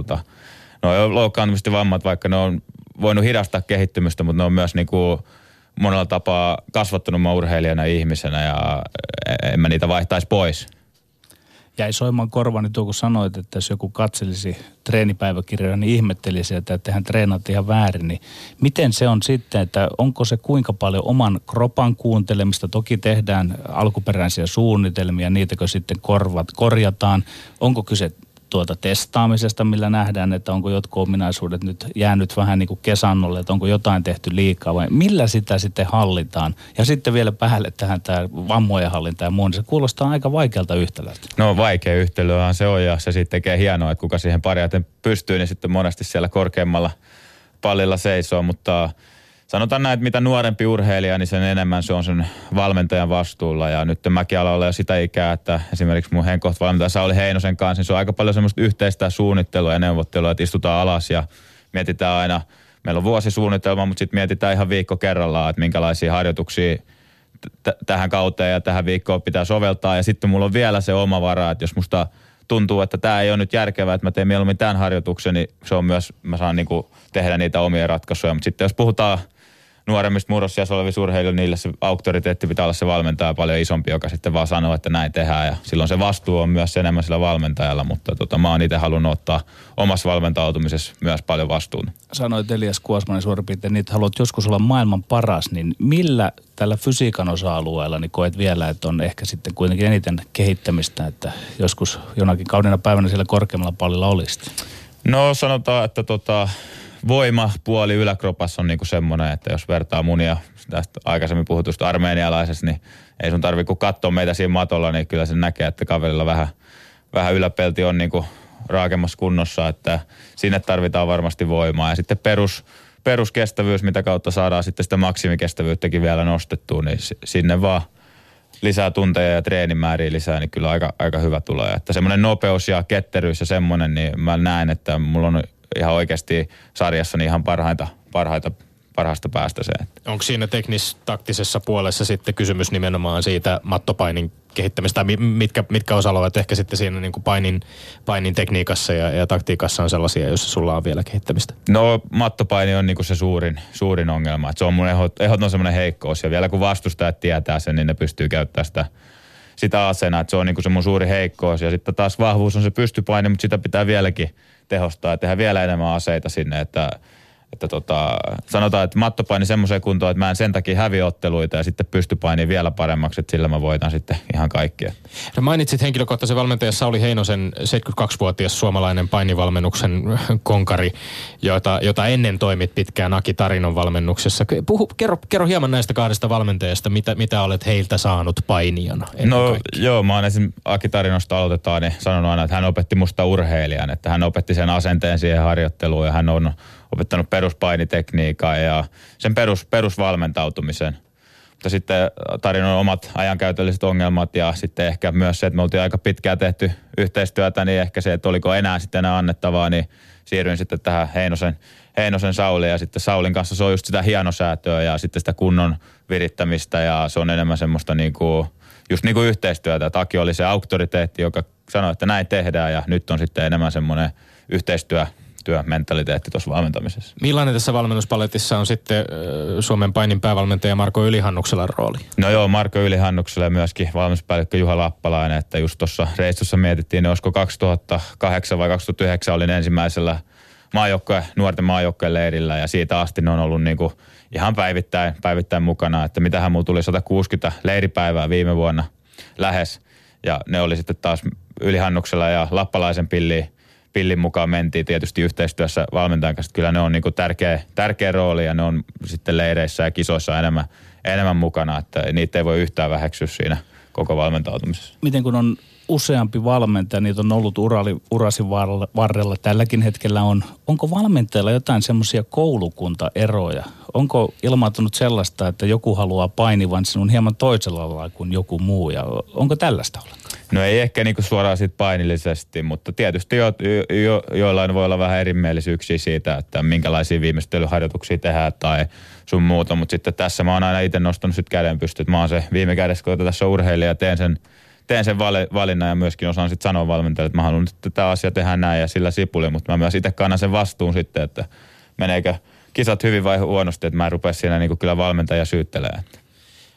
no loukkaantumista vammat, vaikka ne on voinut hidastaa kehittymistä, mutta ne on myös niinku monella tapaa kasvattanut mä urheilijana ihmisenä ja en mä niitä vaihtaisi pois. Jäi soimaan korvani tuo, kun sanoit, että jos joku katselisi treenipäiväkirjoja, niin ihmettelisi, että tehän treenaat ihan väärin. Niin miten se on sitten, että onko se kuinka paljon oman kropan kuuntelemista? Toki tehdään alkuperäisiä suunnitelmia, niitäkö sitten korjataan. Onko kyse testaamisesta, millä nähdään, että onko jotkut ominaisuudet nyt jäänyt vähän niin kuin kesannolle, että onko jotain tehty liikaa vai millä sitä sitten hallitaan? Ja sitten vielä päälle tähän tämä vammojen hallinta ja muu, niin se kuulostaa aika vaikealta yhtälöltä. No vaikea yhtälöhän se on ja se sitten tekee hienoa, että kuka siihen parhaiten pystyy, niin sitten monesti siellä korkeammalla pallilla seisoo, mutta sanotaan näin, että mitä nuorempi urheilija, niin sen enemmän se on sen valmentajan vastuulla. Ja nyt mäkin alan olla jo sitä ikää, että esimerkiksi mun valmentaja Sauli Heinosen kanssa, niin se on aika paljon semmoista yhteistä suunnittelua ja neuvottelua, että istutaan alas ja mietitään aina, meillä on vuosisuunnitelma, mutta sitten mietitään ihan viikko kerrallaan, että minkälaisia harjoituksia tähän kauteen ja tähän viikkoon pitää soveltaa. Ja sitten mulla on vielä se oma vara, että jos musta tuntuu, että tämä ei ole nyt järkevää, että mä teen mieluummin tämän harjoituksen, niin se on myös, mä saan niinku tehdä niitä omia ratkaisuja. Mutta sitten jos puhutaan nuoremmista murrosiassa olevissa urheilijoilla, niille se auktoriteetti pitää olla se valmentaja paljon isompi, joka sitten vaan sanoo, että näin tehdään. Ja silloin se vastuu on myös enemmän sillä valmentajalla, mutta mä oon itse halunnut ottaa omassa valmentautumisessa myös paljon vastuun. Sanoit Elias Kuosmanen suurin piirtein, että haluat joskus olla maailman paras, niin millä tällä fysiikan osa-alueella niin koet vielä, että on ehkä sitten kuitenkin eniten kehittämistä, että joskus jonakin kaudena päivänä siellä korkeammalla pallilla olisi? No sanotaan, että voimapuoli yläkropassa on niinku semmoinen, että jos vertaa mun ja tästä aikaisemmin puhutusta armeenialaisesta, niin ei sun tarvitse kun katsoa meitä siinä matolla, niin kyllä se näkee, että kaverilla vähän yläpelti on niinku raakemmassa kunnossa, että sinne tarvitaan varmasti voimaa. Ja sitten peruskestävyys, mitä kautta saadaan sitten sitä maksimikestävyyttäkin vielä nostettua, niin sinne vaan lisää tunteja ja treenimääriä lisää, niin kyllä aika hyvä tulee. Että semmoinen nopeus ja ketteryys ja semmoinen, niin mä näen, että mulla on ihan oikeasti sarjassani ihan parhaasta päästä se. Onko siinä teknis-taktisessa puolessa sitten kysymys nimenomaan siitä mattopainin kehittämistä, mitkä osa-alueet ehkä sitten siinä niin kuin painin tekniikassa ja taktiikassa on sellaisia, joissa sulla on vielä kehittämistä? No mattopaini on niin kuin se suurin ongelma. Että se on mun ehdoton semmoinen heikkous ja vielä kun vastustajat tietää sen, niin ne pystyy käyttämään sitä asena, että se on niin kuin se mun suuri heikkous. Ja sitten taas vahvuus on se pystypaini, mutta sitä pitää vieläkin tehostaa ja tehdä vielä enemmän aseita sinne, että sanotaan, että mattopaini semmoiseen kuntoon, että mä en sen takia häviä otteluita ja sitten pystypaini vielä paremmaksi, että sillä mä voitan sitten ihan kaikkea. No mainitsit henkilökohtaisen valmentaja Sauli Heinosen, 72-vuotias suomalainen painivalmennuksen konkari, jota ennen toimit pitkään Aki Tarinon valmennuksessa. Kerro hieman näistä kahdesta valmentajasta, mitä olet heiltä saanut painijana. No joo, mä oon esimerkiksi Aki Tarinosta aloitetaan, niin sanonut aina, että hän opetti musta urheilijan, että hän opetti sen asenteen siihen harjoitteluun ja hän on opettanut peruspainitekniikkaa ja sen perusvalmentautumisen. Mutta sitten Tarinon omat ajankäytölliset ongelmat ja sitten ehkä myös se, että me oltiin aika pitkään tehty yhteistyötä, niin ehkä se, että oliko enää sitten enää annettavaa, niin siirryin sitten tähän Heinosen Sauliin ja sitten Saulin kanssa se on just sitä hienosäätöä ja sitten sitä kunnon virittämistä ja se on enemmän semmoista just niin kuin yhteistyötä. Taki oli se auktoriteetti, joka sanoi, että näin tehdään ja nyt on sitten enemmän semmoinen työmentaliteetti tuossa valmentamisessa. Millainen tässä valmennuspaletissa on sitten Suomen painin päävalmentaja Marko Ylihannukselan rooli? No joo, Marko Ylihannuksella ja myöskin valmennuspäällikkö Juha Lappalainen, että just tuossa reissussa mietittiin, olisiko 2008 vai 2009 olin ensimmäisellä nuorten maajoukkojen leirillä ja siitä asti ne on ollut niinku ihan päivittäin mukana, että mitähän mulla tuli 160 leiripäivää viime vuonna lähes ja ne oli sitten taas Ylihannuksella ja Lappalaisen Pillin mukaan mentiin tietysti yhteistyössä valmentajan kanssa. Kyllä ne on niinku tärkeä rooli ja ne on sitten leireissä ja kisoissa enemmän mukana, että niitä ei voi yhtään väheksyä siinä koko valmentautumisessa. Miten kun on useampi valmentaja, niitä on ollut urasin varrella tälläkin hetkellä onko valmentajalla jotain semmoisia koulukuntaeroja? Onko ilmaantunut sellaista, että joku haluaa painivan sinun hieman toisella lailla kuin joku muu ja onko tällaista ollenkaan? No ei ehkä niinku suoraan siitä painillisesti, mutta tietysti joillain voi olla vähän erimielisyyksiä siitä, että minkälaisia viimeistelyharjoituksia tehdään tai sun muuta, mutta sitten tässä mä oon aina itse nostanut sit käden pystyyn, että mä oon se viime kädessä, kun tässä on urheilija, teen sen valinnan ja myöskin osaan sitten sanoa valmentajalle, että mä haluan nyt tämä asia tehdä näin ja sillä sipuli, mutta mä myös itse kannan sen vastuun sitten, että meneekö kisat hyvin vai huonosti, että mä en rupea siinä niinku kyllä valmentaja syyttelemään.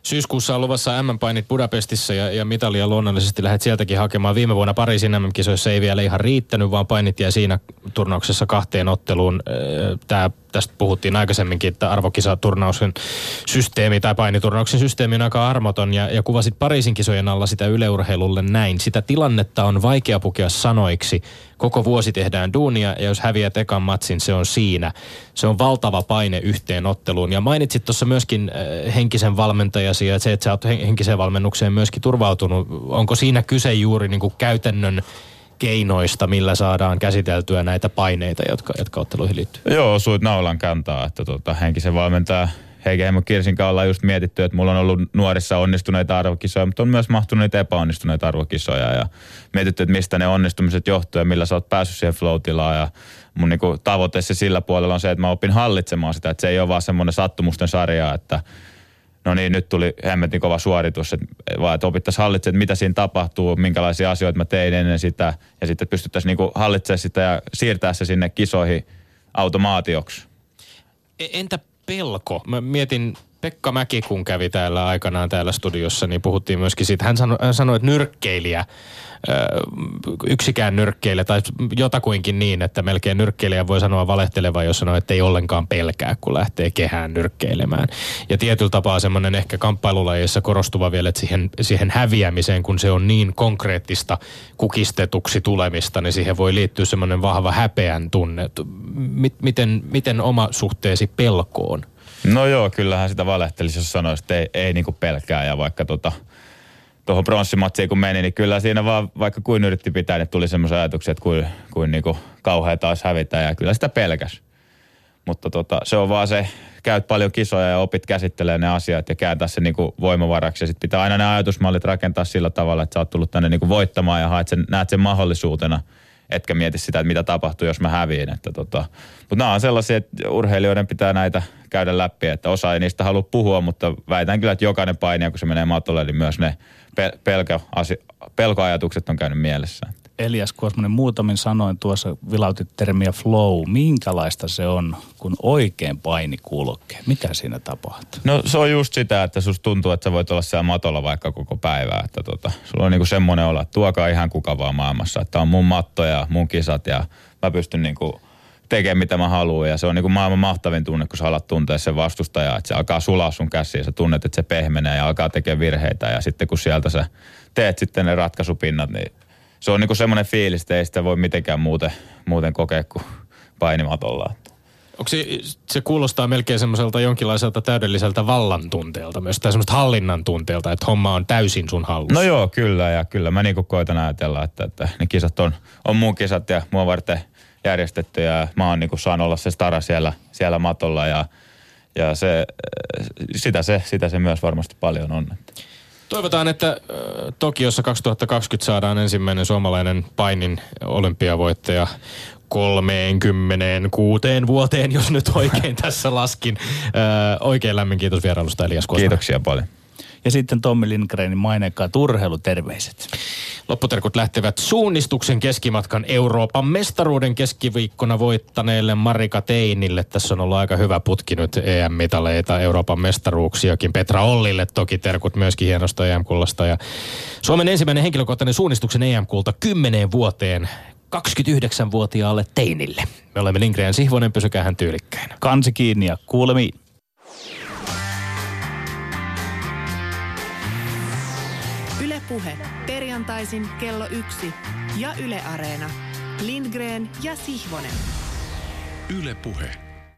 Syyskuussa on luvassa MM-painit Budapestissa ja mitalia luonnollisesti lähdet sieltäkin hakemaan. Viime vuonna Pariisin MM-kisoissa ei vielä ihan riittänyt, vaan painit jäi siinä turnauksessa 2 otteluun. Tästä puhuttiin aikaisemminkin, että arvokisaturnauksen systeemi tai painiturnauksen systeemi on aika armoton ja kuvasit Pariisin kisojen alla sitä yleurheilulle näin. Sitä tilannetta on vaikea pukea sanoiksi. Koko vuosi tehdään duunia ja jos häviät ekan matsin, se on siinä. Se on valtava paine yhteen otteluun. Ja mainitsit tuossa myöskin henkisen valmentajasi ja se, että sä oot henkiseen valmennukseen myöskin turvautunut. Onko siinä kyse juuri niin kuin käytännön keinoista, millä saadaan käsiteltyä näitä paineita, jotka otteluihin liittyy? Joo, osuit naulan kantaa, että henkisen valmentaja Heikki Heimo Kirsin kanssa ollaan just mietitty, että mulla on ollut nuorissa onnistuneita arvokisoja, mutta on myös mahtunut niitä epäonnistuneita arvokisoja ja mietitty, että mistä ne onnistumiset johtuu ja millä sä oot päässyt siihen flow-tilaan ja mun niinku tavoite se sillä puolella on se, että mä opin hallitsemaan sitä, että se ei ole vaan semmoinen sattumusten sarja, että no niin, nyt tuli hemmetin kova suoritus, vaan että opittaisiin hallitsemaan, että mitä siinä tapahtuu, minkälaisia asioita mä tein ennen sitä ja sitten pystyttäisiin niinku hallitsemaan sitä ja siirtää se sinne kisoihin automaatioksi. Entä pelko? Mä mietin, Pekka Mäki, kun kävi täällä aikanaan täällä studiossa, niin puhuttiin myöskin siitä. Hän sanoi että nyrkkeilijä, yksikään nyrkkeilijä tai jotakuinkin niin, että melkein nyrkkeilijä voi sanoa valehteleva, jos sanoo, että ei ollenkaan pelkää, kun lähtee kehään nyrkkeilemään. Ja tietyllä tapaa semmoinen ehkä kamppailulajissa korostuva vielä, että siihen häviämiseen, kun se on niin konkreettista kukistetuksi tulemista, niin siihen voi liittyä semmoinen vahva häpeän tunne. Miten oma suhteesi pelkoon? No joo, kyllähän sitä valehtelisi, jos sanoisi, että ei niinku pelkää ja vaikka tuohon pronssimatsiin kun meni, niin kyllä siinä vaan vaikka kuin yritti pitää, niin tuli semmoisia ajatuksia, että kuin niinku kauhea taas hävitä ja kyllä sitä pelkäs. Mutta se on vaan se, käyt paljon kisoja ja opit käsittelemään ne asiat ja kääntää se niinku voimavaraksi ja sitten pitää aina ne ajatusmallit rakentaa sillä tavalla, että sä oot tullut tänne niinku voittamaan ja näet sen mahdollisuutena, etkä mieti sitä, että mitä tapahtuu, jos mä häviin. Mutta nämä on sellaisia, että urheilijoiden pitää näitä käydä läpi, että osa ei niistä halua puhua, mutta väitän kyllä, että jokainen painija, kun se menee matolle, niin myös ne pelkoajatukset on käynyt mielessä. Elias Kuosmanen, muutamin sanoin tuossa vilautit termiä flow. Minkälaista se on, kun oikein paini kulkee? Mitä siinä tapahtuu? No se on just sitä, että susta tuntuu, että sä voit olla siellä matolla vaikka koko päivää. Että sulla on niinku semmoinen olo, että tuokaa ihan kuka vaan maailmassa. Että on mun matto ja mun kisat ja mä pystyn niinku tekemään mitä mä haluan. Ja se on niinku maailman mahtavin tunne, kun sä alat tuntea sen vastustajaa. Että se alkaa sulaa sun käsiin ja sä tunnet, että se pehmenee ja alkaa tekemään virheitä. Ja sitten kun sieltä sä teet sitten ne ratkaisupinnat, niin se on niinku semmoinen fiilis, että ei sitä voi mitenkään muuten kokea kuin painimatolla. Onko se kuulostaa melkein semmoiselta jonkinlaiselta täydelliseltä vallantunteelta myös, tai semmoista hallinnan tunteelta, että homma on täysin sun hallussa? No joo, kyllä, ja kyllä mä niinku koitan ajatella, että ne kisat on mun kisat ja mua varten järjestetty, ja mä oon niinku saanut olla se stara siellä matolla, ja sitä se myös varmasti paljon on. Toivotaan, että Tokiossa 2020 saadaan ensimmäinen suomalainen painin olympiavoittaja 36 vuoteen, jos nyt oikein tässä laskin. Oikein lämmin kiitos vierailusta, Elias Kuosmanen. Kiitoksia paljon. Ja sitten Tommi Lindgrenin maineikkaat urheiluterveiset. Lopputerkut lähtevät suunnistuksen keskimatkan Euroopan mestaruuden keskiviikkona voittaneelle Marika Teinille. Tässä on ollut aika hyvä putki nyt EM-mitaleita, Euroopan mestaruuksiakin. Petra Ollille toki terkut myöskin hienosta EM-kullasta. Ja Suomen ensimmäinen henkilökohtainen suunnistuksen EM-kulta 10 vuoteen 29-vuotiaalle Teinille. Me olemme Lindgren Sihvonen, pysykää hän tyylikkäinä. Kansi kiinni ja kuulemiin. Yle Puhe. Perjantaisin kello 1 ja Yle Areena. Lindgren ja Sihvonen. Yle Puhe.